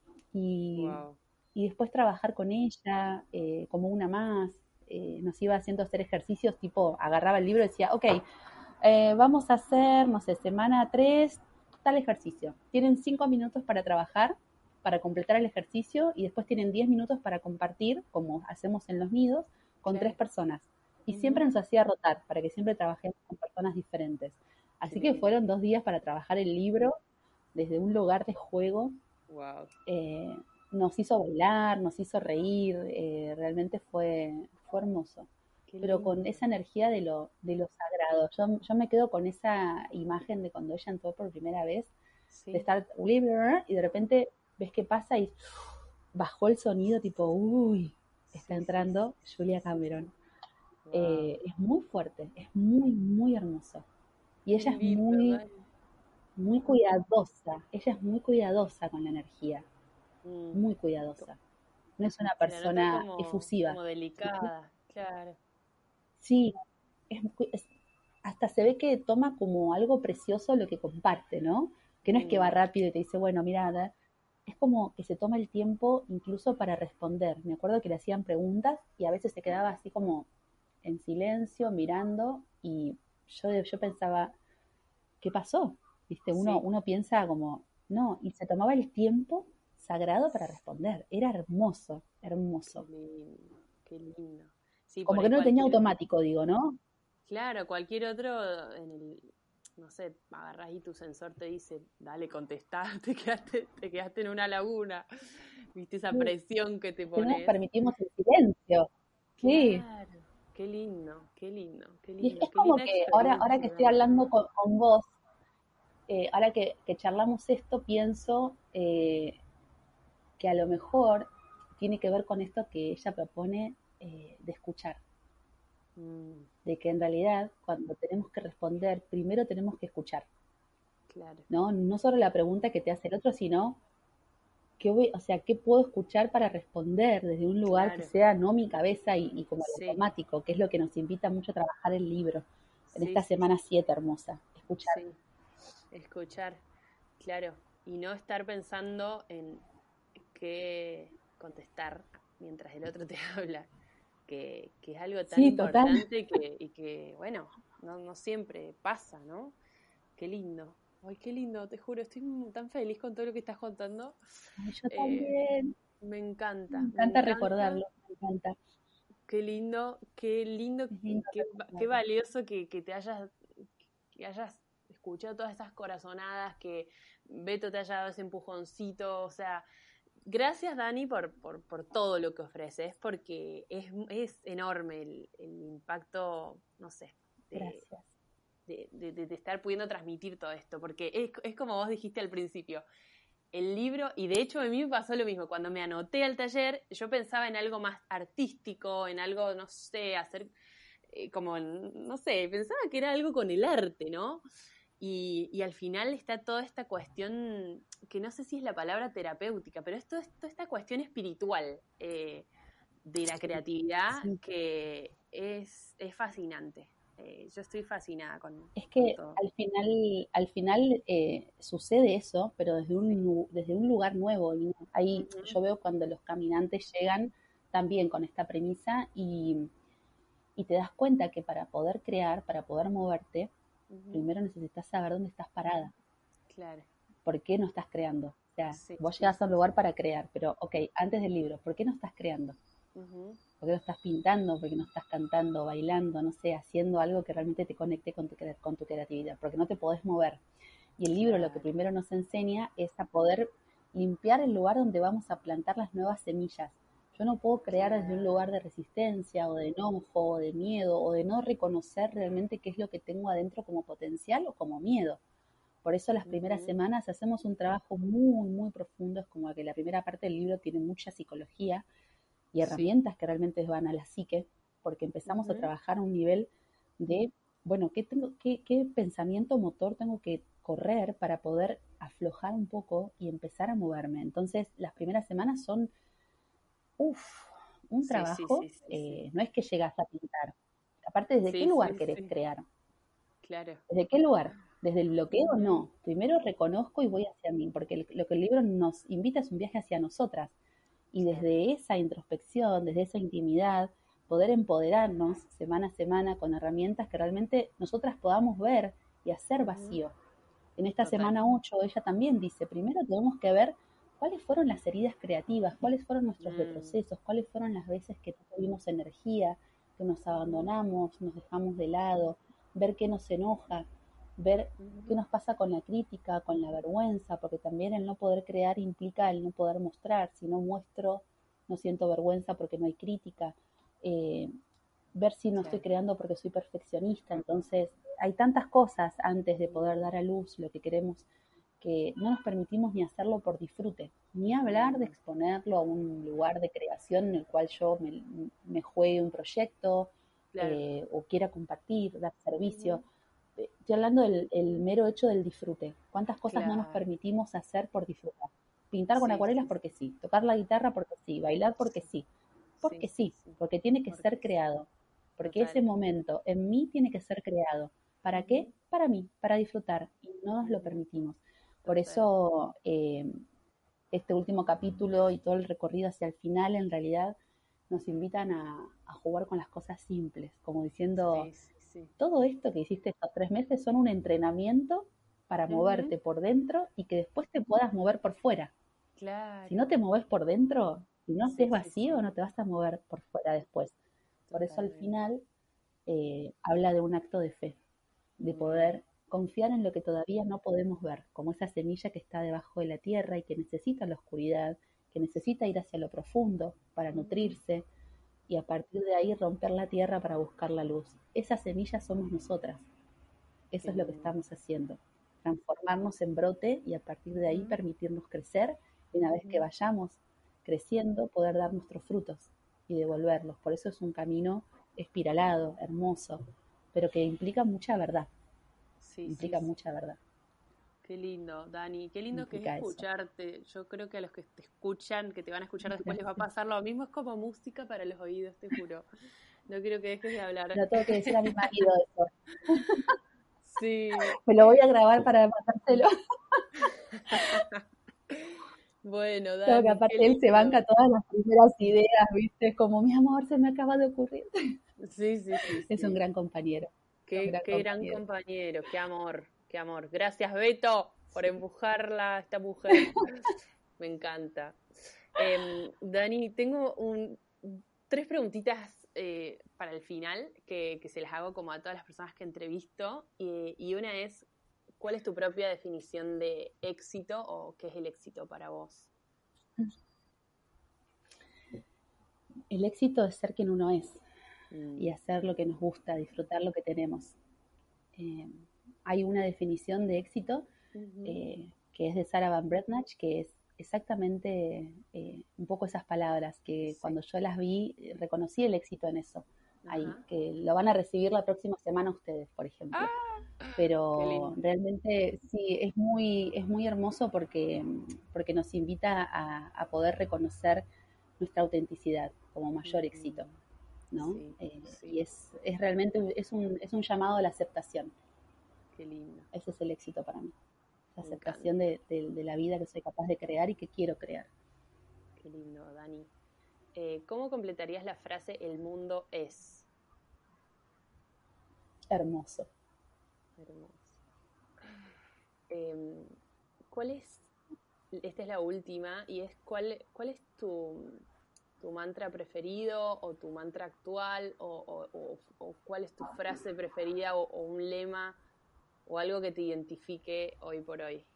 Y, Wow. y después trabajar con ella, eh, como una más, eh, nos iba haciendo hacer ejercicios, tipo, agarraba el libro y decía, ok, eh, vamos a hacer, no sé, semana tres tal ejercicio. Tienen cinco minutos para trabajar, para completar el ejercicio, y después tienen diez minutos para compartir, como hacemos en los nidos, con tres Claro. personas. Y siempre Ujú. nos hacía rotar, para que siempre trabajemos con personas diferentes. Qué Así que lindo. fueron dos días para trabajar el libro desde un lugar de juego. Wow. eh, Nos hizo bailar, nos hizo reír, eh, realmente fue, fue hermoso, Qué pero con lindo. esa energía de lo, de lo sagrado. Yo, yo me quedo con esa imagen de cuando ella entró por primera vez, de Sí. estar y de repente ves que pasa y bajó el sonido tipo, uy, está Sí, sí, sí. entrando Julia Cameron. Wow. Eh, es muy fuerte, es muy, muy hermoso. Y Qué ella es lindo, muy, Dani. muy cuidadosa, ella es muy cuidadosa con la energía, Mm. muy Co- cuidadosa. No es una Se la nota persona como, efusiva. como delicada. Claro. Sí, es, es, hasta se ve que toma como algo precioso lo que comparte, ¿no? Que no es que va Mm, rápido y te dice, bueno, mira, da- es como que se toma el tiempo incluso para responder. Me acuerdo que le hacían preguntas y a veces se quedaba así como en silencio, mirando, y yo, yo pensaba, ¿qué pasó? ¿Viste? Uno, sí, uno piensa como, no, y se tomaba el tiempo sagrado para responder. Era hermoso, qué hermoso. lindo, qué lindo. Sí, por Como que ahí no lo tenía cualquier, automático, digo, ¿no? claro, cualquier otro en el, no sé, agarrás y tu sensor te dice, dale, contestá, te quedaste, te quedaste en una laguna, viste esa Sí, presión que te que no nos pones. permitimos el silencio. Sí. Claro, qué lindo, qué lindo, qué Y es, lindo, es qué como linda que ahora, ahora que experiencia, estoy Dani. hablando con, con vos, eh, ahora que, que charlamos esto, pienso eh, que a lo mejor tiene que ver con esto que ella propone eh, de escuchar, Mm, de que en realidad cuando tenemos que responder, primero tenemos que escuchar, claro, ¿no? No solo la pregunta que te hace el otro, sino qué voy, o sea, qué puedo escuchar para responder desde un lugar que claro, sea no mi cabeza y, y como el sí, automático, que es lo que nos invita mucho a trabajar el libro en sí, esta sí, semana siete hermosa, escuchar. sí, escuchar, claro, y no estar pensando en qué contestar mientras el otro te habla, que, que es algo tan Sí, total. importante y que, y que bueno, no, no siempre pasa, ¿no? Qué lindo. Ay, qué lindo, te juro, estoy tan feliz con todo lo que estás contando. Ay, yo Eh, también. me Me encanta, me encanta encanta. recordarlo, me encanta. Qué lindo, qué lindo Es y lindo qué, qué recordarlo. valioso que, que te hayas, que hayas escuchado todas esas corazonadas, que Beto te haya dado ese empujoncito, o sea, gracias Dani por, por, por todo lo que ofreces, porque es, es enorme el, el impacto, no sé, de, Gracias. de, de, de estar pudiendo transmitir todo esto, porque es, es como vos dijiste al principio, el libro, y de hecho a mí me pasó lo mismo, cuando me anoté al taller yo pensaba en algo más artístico, en algo, no sé, hacer eh, como, no sé, pensaba que era algo con el arte, ¿no? Y, y, al final está toda esta cuestión, que no sé si es la palabra terapéutica, pero es toda, toda esta cuestión espiritual eh, de la Sí, creatividad sí. que es, es fascinante. Eh, yo estoy fascinada con, Es con que todo. al final, al final eh, sucede eso, pero desde Sí. un, lu- desde un lugar nuevo. Y ahí Ujú, yo veo cuando los caminantes llegan también con esta premisa y, y te das cuenta que para poder crear, para poder moverte, ujú, primero necesitas saber dónde estás parada. claro. ¿Por qué no estás creando? O sea, Sí, vos sí, llegas a sí, un sí. lugar para crear, pero ok, antes del libro, ¿por qué no estás creando? Ujú, ¿Por qué no estás pintando? ¿Por qué no estás cantando, bailando, no sé, haciendo algo que realmente te conecte con tu, con tu creatividad? Porque no te podés mover. Y el libro lo que claro. primero nos enseña es a poder limpiar el lugar donde vamos a plantar las nuevas semillas. Yo no puedo crear desde un lugar Claro. de resistencia o de enojo o de miedo o de no reconocer realmente qué es lo que tengo adentro como potencial o como miedo. Por eso las primeras Ujú, semanas hacemos un trabajo muy, muy profundo. Es como que la primera parte del libro tiene mucha psicología y sí. herramientas que realmente van a la psique, porque empezamos a Ujú, trabajar a un nivel de, bueno, ¿qué, tengo, qué, qué pensamiento motor tengo que correr para poder aflojar un poco y empezar a moverme? Entonces, las primeras semanas son, uff, un sí, sí, trabajo, sí, sí, sí. eh, no es que llegas a pintar. Aparte, ¿desde qué Sí, lugar sí, querés sí. crear? Claro. ¿Desde qué lugar? ¿Desde el bloqueo? Ujú, No. Primero reconozco y voy hacia mí, porque el- lo que el libro nos invita es un viaje hacia nosotras. Y claro. desde esa introspección, desde esa intimidad, poder empoderarnos semana a semana con herramientas que realmente nosotras podamos ver y hacer Ujú, vacío. En esta total. semana ocho ella también dice, primero tenemos que ver cuáles fueron las heridas creativas, cuáles fueron nuestros Mm, retrocesos, cuáles fueron las veces que no tuvimos energía, que nos ujú, abandonamos, nos dejamos de lado, ver qué nos enoja, ver qué ujú, nos pasa con la crítica, con la vergüenza, porque también el no poder crear implica el no poder mostrar. Si no muestro, no siento vergüenza porque no hay crítica. Eh, ver si no estoy claro. creando porque soy perfeccionista. Entonces, hay tantas cosas antes de poder Mm, dar a luz lo que queremos que no nos permitimos ni hacerlo por disfrute, ni hablar de mm, exponerlo a un lugar de creación en el cual yo me, me juegue un proyecto claro. eh, o quiera compartir, dar servicio. Ujú, Eh, Estoy hablando del el mero hecho del disfrute. ¿Cuántas cosas no nos claro. permitimos hacer por disfrutar? Pintar con Sí, acuarelas sí, porque sí, tocar la guitarra porque sí, bailar porque sí, sí, sí, porque sí, sí, sí. porque tiene que ser Porque sí. creado, porque ese Total. momento en mí tiene que ser creado, ¿Para uh-huh. qué? Para mí, para disfrutar, y no nos uh-huh. lo permitimos. Por eso eh, este último capítulo y todo el recorrido hacia el final, en realidad, nos invitan a, a jugar con las cosas simples, como diciendo, sí, sí, sí. todo esto que hiciste estos tres meses son un entrenamiento para uh-huh. moverte por dentro y que después te puedas mover por fuera. Claro. Si no te moves por dentro, si no estés sí, vacío, sí, sí. no te vas a mover por fuera después. Por Totalmente. Eso al final eh, habla de un acto de fe, de uh-huh. poder confiar en lo que todavía no podemos ver, como esa semilla que está debajo de la tierra y que necesita la oscuridad, que necesita ir hacia lo profundo para uh-huh. nutrirse, y a partir de ahí romper la tierra para buscar la luz. Esas semillas somos nosotras. Eso uh-huh. es lo que estamos haciendo. Transformarnos en brote y a partir de ahí uh-huh. permitirnos crecer, y una uh-huh. vez que vayamos creciendo, poder dar nuestros frutos y devolverlos. Por eso es un camino espiralado, hermoso, pero que implica mucha verdad. Sí, implica sí, mucha sí. verdad. Qué lindo, Dani, qué lindo implica que es escucharte. Eso. Yo creo que a los que te escuchan, que te van a escuchar después, Gracias. Les va a pasar lo mismo. Es como música para los oídos, te juro. No quiero que dejes de hablar. Lo tengo que decir a mi marido eso. Sí. Me lo voy a grabar para mandárselo. Bueno, Dani. Claro que aparte él se banca todas las primeras ideas, ¿viste? Como, mi amor, se me acaba de ocurrir. Sí, sí, sí. Es sí. un gran compañero. Qué, gran, qué compañero. gran compañero, qué amor, qué amor. Gracias, Beto, por sí. empujarla a esta mujer. Me encanta. Eh, Dani, tengo un, tres preguntitas eh, para el final que, que se las hago como a todas las personas que entrevisto. Y, y una es, ¿cuál es tu propia definición de éxito o qué es el éxito para vos? El éxito es ser quien uno es mm. y hacer lo que nos gusta, disfrutar lo que tenemos. Eh, hay una definición de éxito uh-huh. eh, que es de Sarah Van Bretnach, que es exactamente eh, un poco esas palabras, que sí. cuando yo las vi, reconocí el éxito en eso. Uh-huh. Ahí, que lo van a recibir la próxima semana ustedes, por ejemplo. Ah, pero realmente sí, es muy, es muy hermoso porque, porque nos invita a, a poder reconocer nuestra autenticidad como mayor uh-huh. éxito, ¿no? Sí, eh, sí. Y es, es realmente es un, es un llamado a la aceptación. Qué lindo. Ese es el éxito para mí. La Me aceptación de, de, de la vida que soy capaz de crear y que quiero crear. Qué lindo, Dani. Eh, ¿Cómo completarías la frase el mundo es? Hermoso. Hermoso. Eh, ¿Cuál es, esta es la última, y es cuál, cuál es tu, tu mantra preferido o tu mantra actual o, o, o, o cuál es tu frase preferida o, o un lema o algo que te identifique hoy por hoy?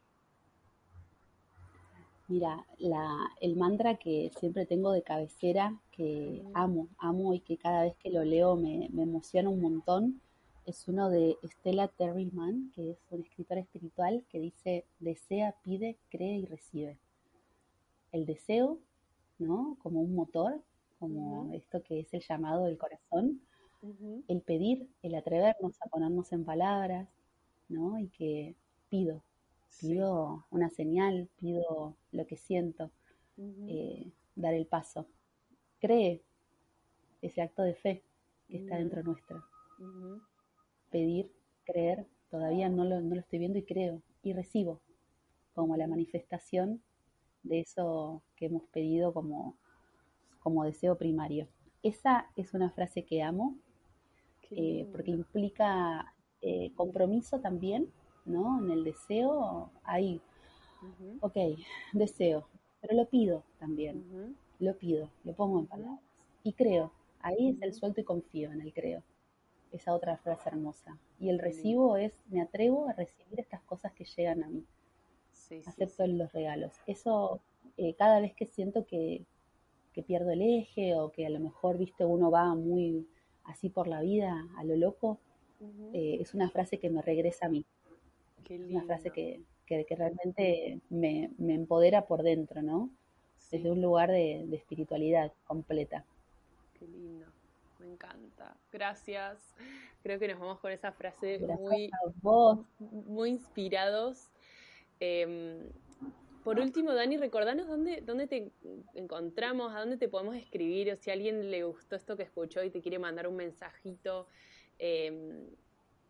Mira, la, el mantra que siempre tengo de cabecera, que mm. amo, amo y que cada vez que lo leo me, me emociona un montón, es uno de Stella Terryman, que es una escritora espiritual que dice, desea, pide, cree y recibe. El deseo, ¿no? Como un motor, como uh-huh. esto que es el llamado del corazón, uh-huh. el pedir, el atrevernos a ponernos en palabras, ¿no? Y que pido, pido sí. una señal, pido lo que siento, uh-huh. eh, dar el paso. Cree ese acto de fe que uh-huh. está dentro nuestro. Uh-huh. Pedir, creer, todavía no lo, no lo estoy viendo y creo, y recibo como la manifestación de eso que hemos pedido como, como deseo primario. Esa es una frase que amo, eh, porque implica eh, compromiso también, ¿no? En el deseo hay, uh-huh. ok, deseo, pero lo pido también, uh-huh. lo pido, lo pongo en palabras, y creo, ahí uh-huh. es el suelto y confío en el creo. Esa otra frase hermosa. Y el recibo es, me atrevo a recibir estas cosas que llegan a mí. Sí, Acepto sí, sí. los regalos. Eso, eh, cada vez que siento que, que pierdo el eje o que a lo mejor, viste, uno va muy así por la vida, a lo loco, uh-huh. eh, es una frase que me regresa a mí. Qué lindo. Es una frase que, que, que realmente me, me empodera por dentro, ¿no? Sí. Desde un lugar de, de espiritualidad completa. Qué lindo. Me encanta. Gracias. Creo que nos vamos con esa frase Gracias muy, a vos. muy inspirados. Eh, por último, Dani, recordanos dónde, dónde te encontramos, a dónde te podemos escribir, o si a alguien le gustó esto que escuchó y te quiere mandar un mensajito, eh,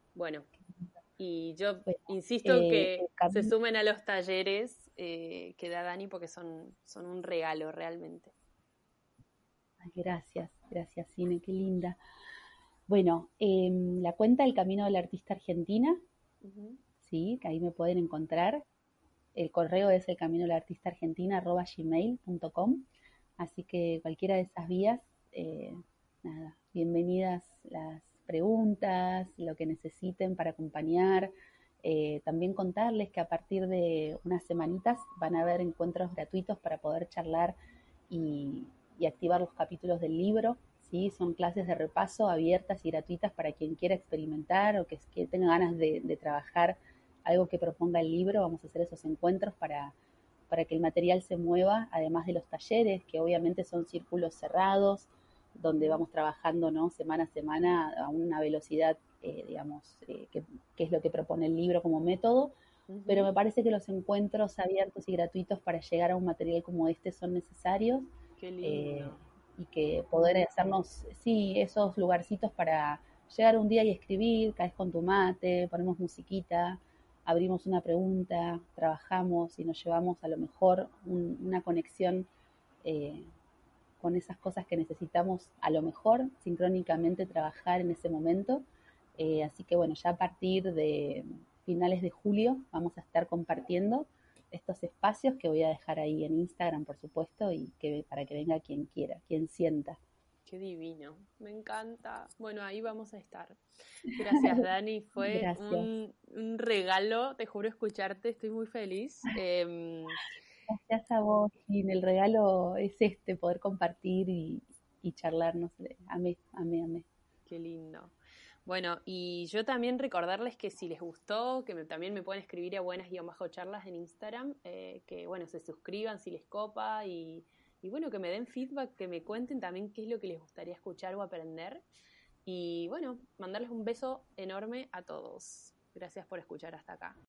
Bueno, y yo Bueno, insisto eh, que el se camino, sumen a los talleres eh, que da Dani porque son, son un regalo realmente. ay, gracias, gracias, Cine, qué linda. Bueno, em, la cuenta El Camino del Artista Argentina, Ujú. sí, que ahí me pueden encontrar. El correo es el camino del artista argentina arroba gmail punto com. Así que cualquiera de esas vías, eh, nada, bienvenidas las preguntas, lo que necesiten para acompañar. Eh, también contarles que a partir de unas semanitas van a haber encuentros gratuitos para poder charlar y, y activar los capítulos del libro. ¿Sí? Son clases de repaso abiertas y gratuitas para quien quiera experimentar o que, que tenga ganas de, de trabajar algo que proponga el libro. Vamos a hacer esos encuentros para, para que el material se mueva, además de los talleres, que obviamente son círculos cerrados, donde Ujú. vamos trabajando, ¿no? Semana a semana a una velocidad, eh, digamos, eh, que, que es lo que propone el libro como método. Pero Ujú. me parece que los encuentros abiertos y gratuitos para llegar a un material como este son necesarios, Qué eh, lindo. y que poder hacernos, sí, esos lugarcitos para llegar un día y escribir, caes con tu mate, ponemos musiquita, abrimos una pregunta, trabajamos y nos llevamos a lo mejor un, una conexión eh, con esas cosas que necesitamos a lo mejor sincrónicamente trabajar en ese momento. Eh, así que bueno, ya a partir de finales de julio vamos a estar compartiendo estos espacios que voy a dejar ahí en Instagram, por supuesto, y que para que venga quien quiera, quien sienta. Qué divino, me encanta. Bueno, ahí vamos a estar. Gracias, Dani. Fue Gracias. un, un regalo, te juro escucharte, estoy muy feliz. Em, Gracias a vos, Gin. El regalo es este, poder compartir y, y charlar, no sé, amé, amé, amé. Qué lindo. Bueno, y yo también recordarles que si les gustó, que me- también me pueden escribir a buenas-charlas en Instagram, eh, que bueno, se suscriban si les copa y, y bueno, que me den feedback, que me cuenten también qué es lo que les gustaría escuchar o aprender. Y bueno, mandarles un beso enorme a todos. Gracias por escuchar hasta acá.